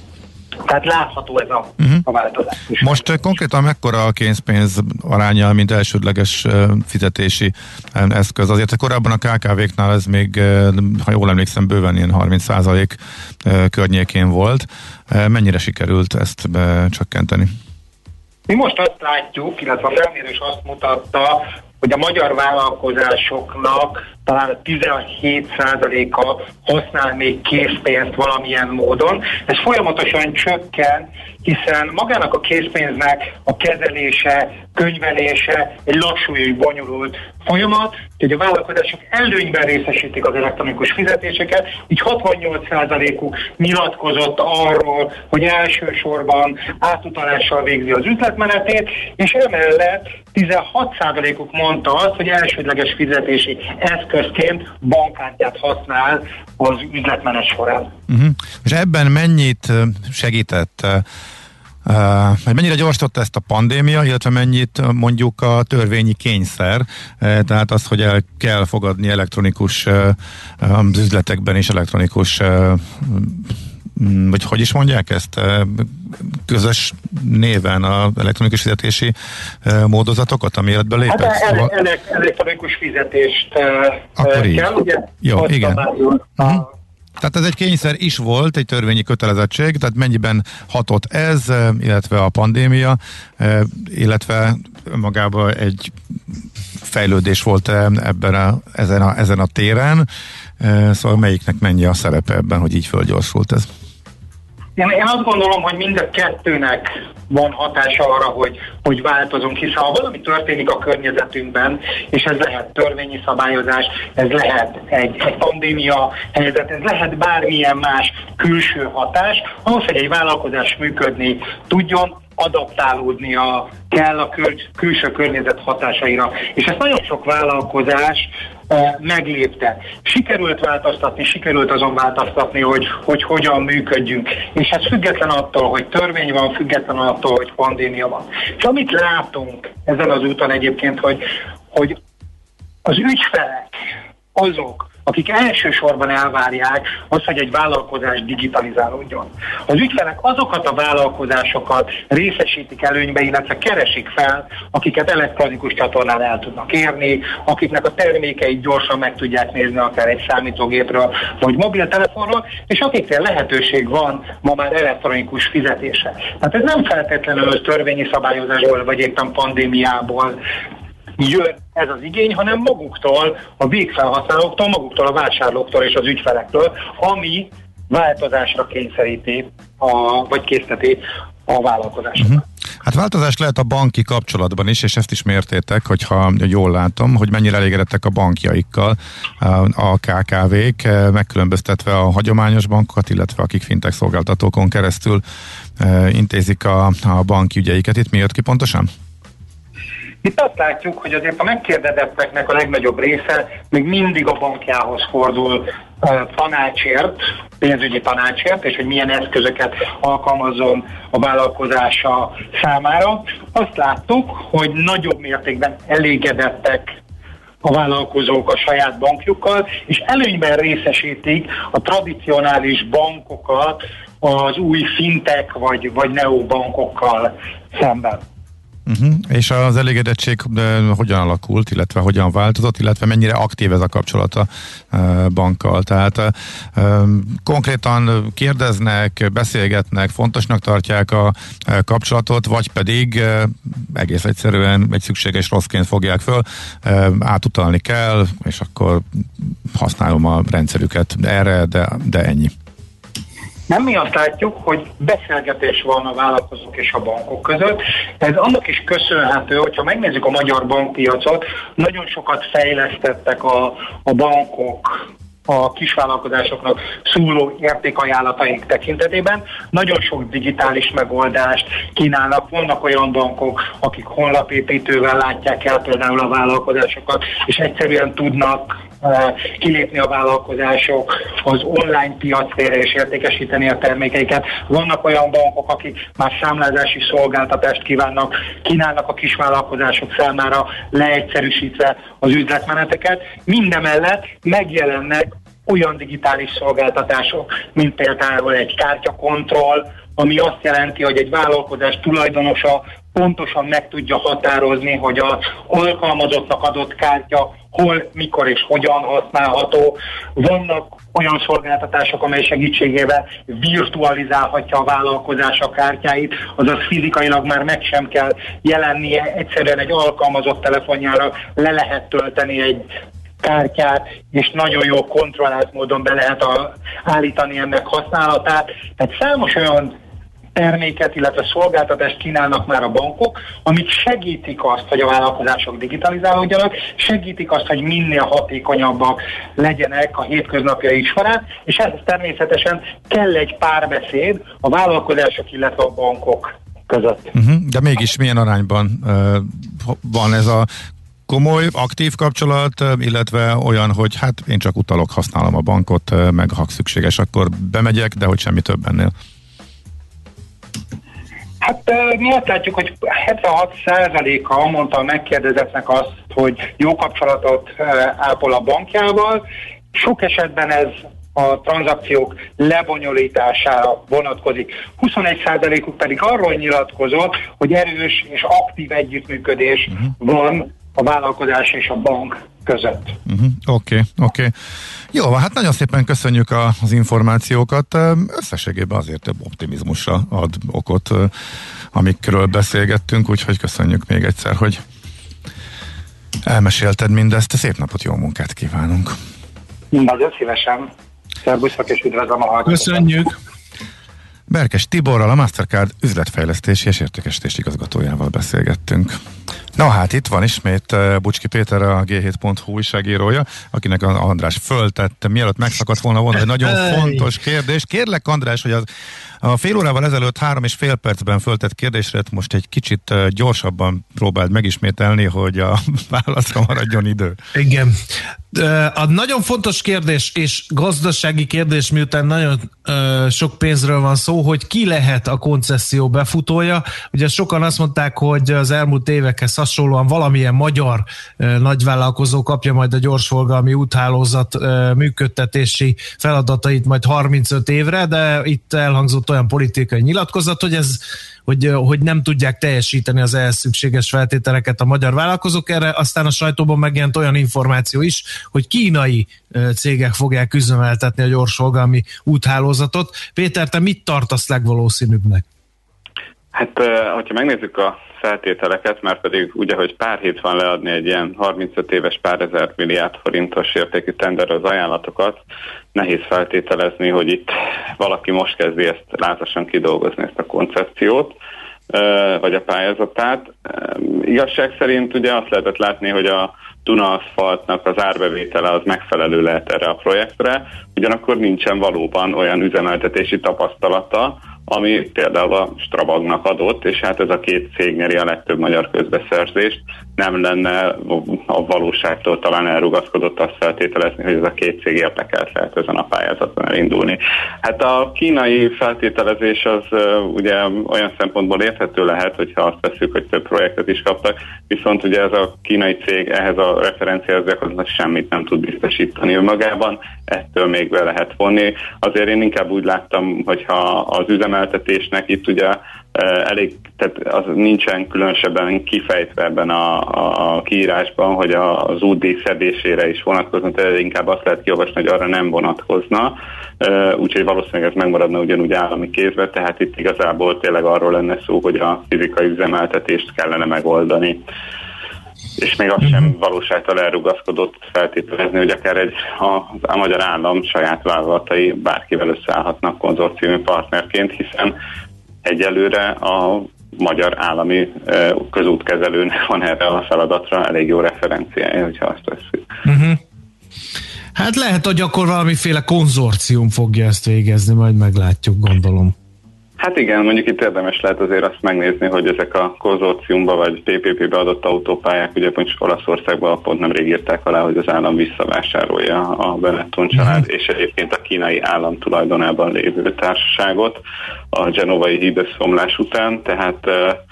Tehát látható ez a változás. Most konkrétan mekkora a kénzpénz aránya, mint elsődleges fizetési eszköz? Azért korábban a KKV-knál ez még, ha jól emlékszem, bőven ilyen 30% környékén volt. Mennyire sikerült ezt csökkenteni? Mi most azt látjuk, illetve a felmérés azt mutatta, hogy a magyar vállalkozásoknak talán 17%-a használ még készpénzt valamilyen módon. Ez folyamatosan csökken, hiszen magának a készpénznek a kezelése, könyvelése egy lassú és bonyolult folyamat, hogy a vállalkozások előnyben részesítik az elektronikus fizetéseket, így 68%-uk nyilatkozott arról, hogy elsősorban átutalással végzi az üzletmenetét, és emellett 16%-uk mondta azt, hogy elsődleges fizetési eszközként bankkártyát használ az üzletmenet során. És ebben mennyit segített, vagy mennyire gyorsította ezt a pandémia, illetve mennyit mondjuk a törvényi kényszer, tehát az, hogy el kell fogadni elektronikus az üzletekben is elektronikus, vagy hogy is mondják ezt, közös néven az elektronikus fizetési módozatokat, ami életbe lépett? Hát elektronikus fizetést kell, ugye? Jó, igen. Tehát ez egy kényszer is volt, egy törvényi kötelezettség, tehát mennyiben hatott ez, illetve a pandémia, illetve magában egy fejlődés volt ezen a téren, szóval melyiknek mennyi a szerepe ebben, hogy így fölgyorsult ez? Én azt gondolom, hogy mind a kettőnek van hatása arra, hogy változunk, hiszen ha valami történik a környezetünkben, és ez lehet törvényi szabályozás, ez lehet egy pandémia helyzet, ez lehet bármilyen más külső hatás, ahhoz, hogy egy vállalkozás működni tudjon, adaptálódnia kell a külső környezet hatásaira. És ezt nagyon sok vállalkozás meglépte. Sikerült azon változtatni, hogy hogyan működjünk. És ez független attól, hogy törvény van, független attól, hogy pandémia van. És amit látunk ezen az úton egyébként, hogy az ügyfelek azok, akik elsősorban elvárják azt, hogy egy vállalkozás digitalizálódjon. Az ügyfelek azokat a vállalkozásokat részesítik előnybe, illetve keresik fel, akiket elektronikus csatornán el tudnak érni, akiknek a termékeit gyorsan meg tudják nézni akár egy számítógépről, vagy mobiltelefonról, és akiknél lehetőség van ma már elektronikus fizetése. Tehát ez nem feltétlenül törvényi szabályozásból, vagy éppen pandémiából jön ez az igény, hanem maguktól, a végfelhasználóktól, maguktól, a vásárlóktól és az ügyfelektől, ami változásra kényszeríti, vagy készteti a vállalkozásokat. Hát változás lehet a banki kapcsolatban is, és ezt is mértétek, hogyha jól látom, hogy mennyire elégedettek a bankjaikkal a KKV-k, megkülönböztetve a hagyományos bankokat, illetve akik fintech szolgáltatókon keresztül intézik a banki ügyeiket. Itt mi jött ki pontosan? Itt azt látjuk, hogy azért a megkérdezetteknek a legnagyobb része még mindig a bankjához fordul tanácsért, pénzügyi tanácsért, és hogy milyen eszközöket alkalmazzon a vállalkozása számára. Azt láttuk, hogy nagyobb mértékben elégedettek a vállalkozók a saját bankjukkal, és előnyben részesítik a tradicionális bankokat az új fintech vagy neobankokkal szemben. És az elégedettség hogyan alakult, illetve hogyan változott, illetve mennyire aktív ez a kapcsolat a bankkal? Tehát konkrétan kérdeznek, beszélgetnek, fontosnak tartják a kapcsolatot, vagy pedig egész egyszerűen egy szükséges rosszként fogják föl, átutalni kell, és akkor használom a rendszerüket erre, de ennyi. Nem, mi azt látjuk, hogy beszélgetés van a vállalkozók és a bankok között. Ez annak is köszönhető, hogyha megnézzük a magyar bankpiacot, nagyon sokat fejlesztettek a bankok a kisvállalkozásoknak szóló értékajánlataink tekintetében. Nagyon sok digitális megoldást kínálnak. Vannak olyan bankok, akik honlapépítővel látják el például a vállalkozásokat, és egyszerűen tudnak kilépni a vállalkozások az online piacra és értékesíteni a termékeiket. Vannak olyan bankok, akik már számlázási szolgáltatást kínálnak a kisvállalkozások számára, leegyszerűsítve az üzletmeneteket. Mindemellett megjelennek olyan digitális szolgáltatások, mint például egy kártyakontroll, ami azt jelenti, hogy egy vállalkozás tulajdonosa pontosan meg tudja határozni, hogy az alkalmazottnak adott kártya hol, mikor és hogyan használható. Vannak olyan szolgáltatások, amely segítségével virtualizálhatja a vállalkozás a kártyáit, azaz fizikailag már meg sem kell jelennie, egyszerűen egy alkalmazott telefonjára le lehet tölteni egy kártyát, és nagyon jó kontrollált módon be lehet állítani ennek használatát. Tehát számos olyan terméket, illetve szolgáltatást kínálnak már a bankok, amik segítik azt, hogy a vállalkozások digitalizálódjanak, segítik azt, hogy minél hatékonyabbak legyenek a hétköznapjaik során, és ehhez természetesen kell egy párbeszéd a vállalkozások, illetve a bankok között. De mégis milyen arányban van ez a komoly, aktív kapcsolat, illetve olyan, hogy hát én csak utalok, használom a bankot, meg ha szükséges, akkor bemegyek, de hogy semmi több ennél. Hát mi azt látjuk, hogy 76%-a mondta a megkérdezettnek azt, hogy jó kapcsolatot ápol a bankjával. Sok esetben ez a tranzakciók lebonyolítására vonatkozik. 21%-uk pedig arról nyilatkozott, hogy erős és aktív együttműködés van a vállalkozás és a bank között. Oké. Jó, hát nagyon szépen köszönjük az információkat. Összességében azért több optimizmusra ad okot, amikről beszélgettünk, úgyhogy köszönjük még egyszer, hogy elmesélted mindezt. Szép napot, jó munkát kívánunk! Nagyon szívesen. Szervusztok és üdvözlöm a hallgatókat. Köszönjük! Berkes Tiborral, a Mastercard üzletfejlesztési és értékesítési igazgatójával beszélgettünk. Na hát itt van ismét Bucski Péter, a G7.hu újságírója, akinek András föltette, mielőtt megszakadt volna egy nagyon fontos kérdés. Kérlek, András, hogy a fél órával ezelőtt 3,5 percben föltett kérdésre most egy kicsit gyorsabban próbáld megismételni, hogy a válaszra maradjon idő. Igen. A nagyon fontos kérdés és gazdasági kérdés, miután nagyon sok pénzről van szó, hogy ki lehet a koncesszió befutója. Ugye sokan azt mondták, hogy az elmúlt évekhez hasonlóan valamilyen magyar nagyvállalkozó kapja majd a gyorsforgalmi úthálózat működtetési feladatait majd 35 évre, de itt elhangzott olyan politikai nyilatkozat, hogy nem tudják teljesíteni az ehhez szükséges feltételeket a magyar vállalkozók. Erre aztán a sajtóban megjelent olyan információ is, hogy kínai cégek fogják üzemeltetni a gyorsforgalmi úthálózatot. Péter, te mit tartasz legvalószínűbbnek? Hát, hogyha megnézzük a feltételeket, már pedig ugye, hogy pár hét van leadni egy ilyen 35 éves pár ezer milliárd forintos értékű tenderre az ajánlatokat, nehéz feltételezni, hogy itt valaki most kezdi ezt lázasan kidolgozni, ezt a koncepciót, vagy a pályázatát. Igazság szerint ugye azt lehetett látni, hogy a Duna aszfaltnak az árbevétele az megfelelő lehet erre a projektre, ugyanakkor nincsen valóban olyan üzemeltetési tapasztalata, ami például a Strabagnak adott, és hát ez a két cég nyeri a legtöbb magyar közbeszerzést. Nem lenne a valóságtól talán elrugaszkodott azt feltételezni, hogy ez a két cég érdekelt lehet ezen a pályázaton elindulni. Hát a kínai feltételezés az ugye olyan szempontból érthető lehet, hogyha azt veszük, hogy több projektet is kaptak, viszont ugye ez a kínai cég ehhez a referenciához gyakorlatilag semmit nem tud biztosítani önmagában, ettől még be lehet vonni. Azért én inkább úgy láttam, hogyha az üzemeltetésnek itt ugye elég, tehát az nincsen különösebben kifejtve ebben a kiírásban, hogy az útdíj szedésére is vonatkozna, tehát inkább azt lehet kiolvasni, hogy arra nem vonatkozna, úgyhogy valószínűleg ez megmaradna ugyanúgy állami kézbe, tehát itt igazából tényleg arról lenne szó, hogy a fizikai üzemeltetést kellene megoldani. És még azt sem valóságtal elrugaszkodott feltételezni, hogy akár a magyar állam saját vállalatai bárkivel összeállhatnak konzorciumi partnerként, hiszen egyelőre a magyar állami közútkezelőnek van erre a feladatra elég jó referenciája, hogyha azt vesszük. Hát lehet, hogy akkor valamiféle konzorcium fogja ezt végezni, majd meglátjuk, gondolom. Hát igen, mondjuk itt érdemes lehet azért azt megnézni, hogy ezek a konzorciumba vagy PPP-be adott autópályák, ugye mondjuk Olaszországban pont nemrég írták alá, hogy az állam visszavásárolja a Benetton család, és egyébként a kínai állam tulajdonában lévő társaságot a genovai hídösszomlás után, tehát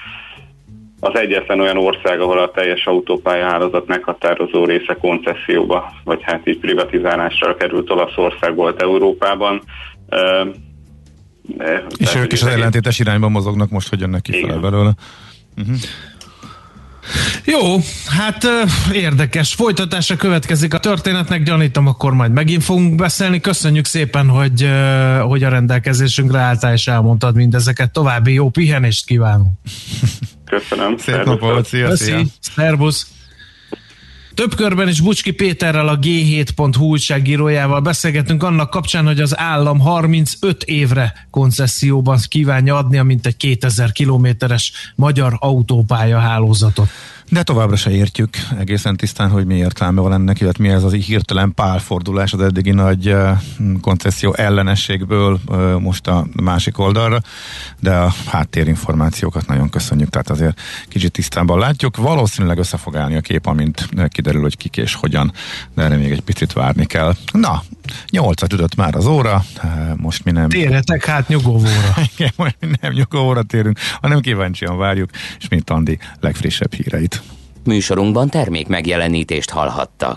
az egyetlen olyan ország, ahol a teljes autópályahálózat meghatározó része koncesszióba, vagy hát így privatizálásra került, Olaszország volt Európában. És ők is az ellentétes irányban mozognak most, hogy jönnek kifele belőle. Jó, hát érdekes. Folytatása következik a történetnek, gyanítom, akkor majd megint fogunk beszélni. Köszönjük szépen, hogy a rendelkezésünkre álltál és elmondtad mindezeket. További jó pihenést kívánunk. Köszönöm. Szép napot, szia. Szervusz. Több körben is Bucski Péterrel, a G7.hu újságírójával beszélgetünk annak kapcsán, hogy az állam 35 évre koncesszióban kívánja adni a mintegy 2000 kilométeres magyar autópálya hálózatot. De továbbra se értjük egészen tisztán, hogy mi értelme van ennek, illetve mi ez az hirtelen pálfordulás az eddigi nagy koncesszió ellenességből most a másik oldalra, de a háttérinformációkat nagyon köszönjük, tehát azért kicsit tisztában látjuk. Valószínűleg össze fog állni a kép, amint kiderül, hogy kik és hogyan, de erre még egy picit várni kell. Na, 8-at ütött már az óra, most mi nem... Térjetek hát nyugovóra. Igen, nem nyugovóra térünk, hanem kíváncsian várjuk, és mint Andi legfrissebb híreit. Műsorunkban termék megjelenítést hallhattak.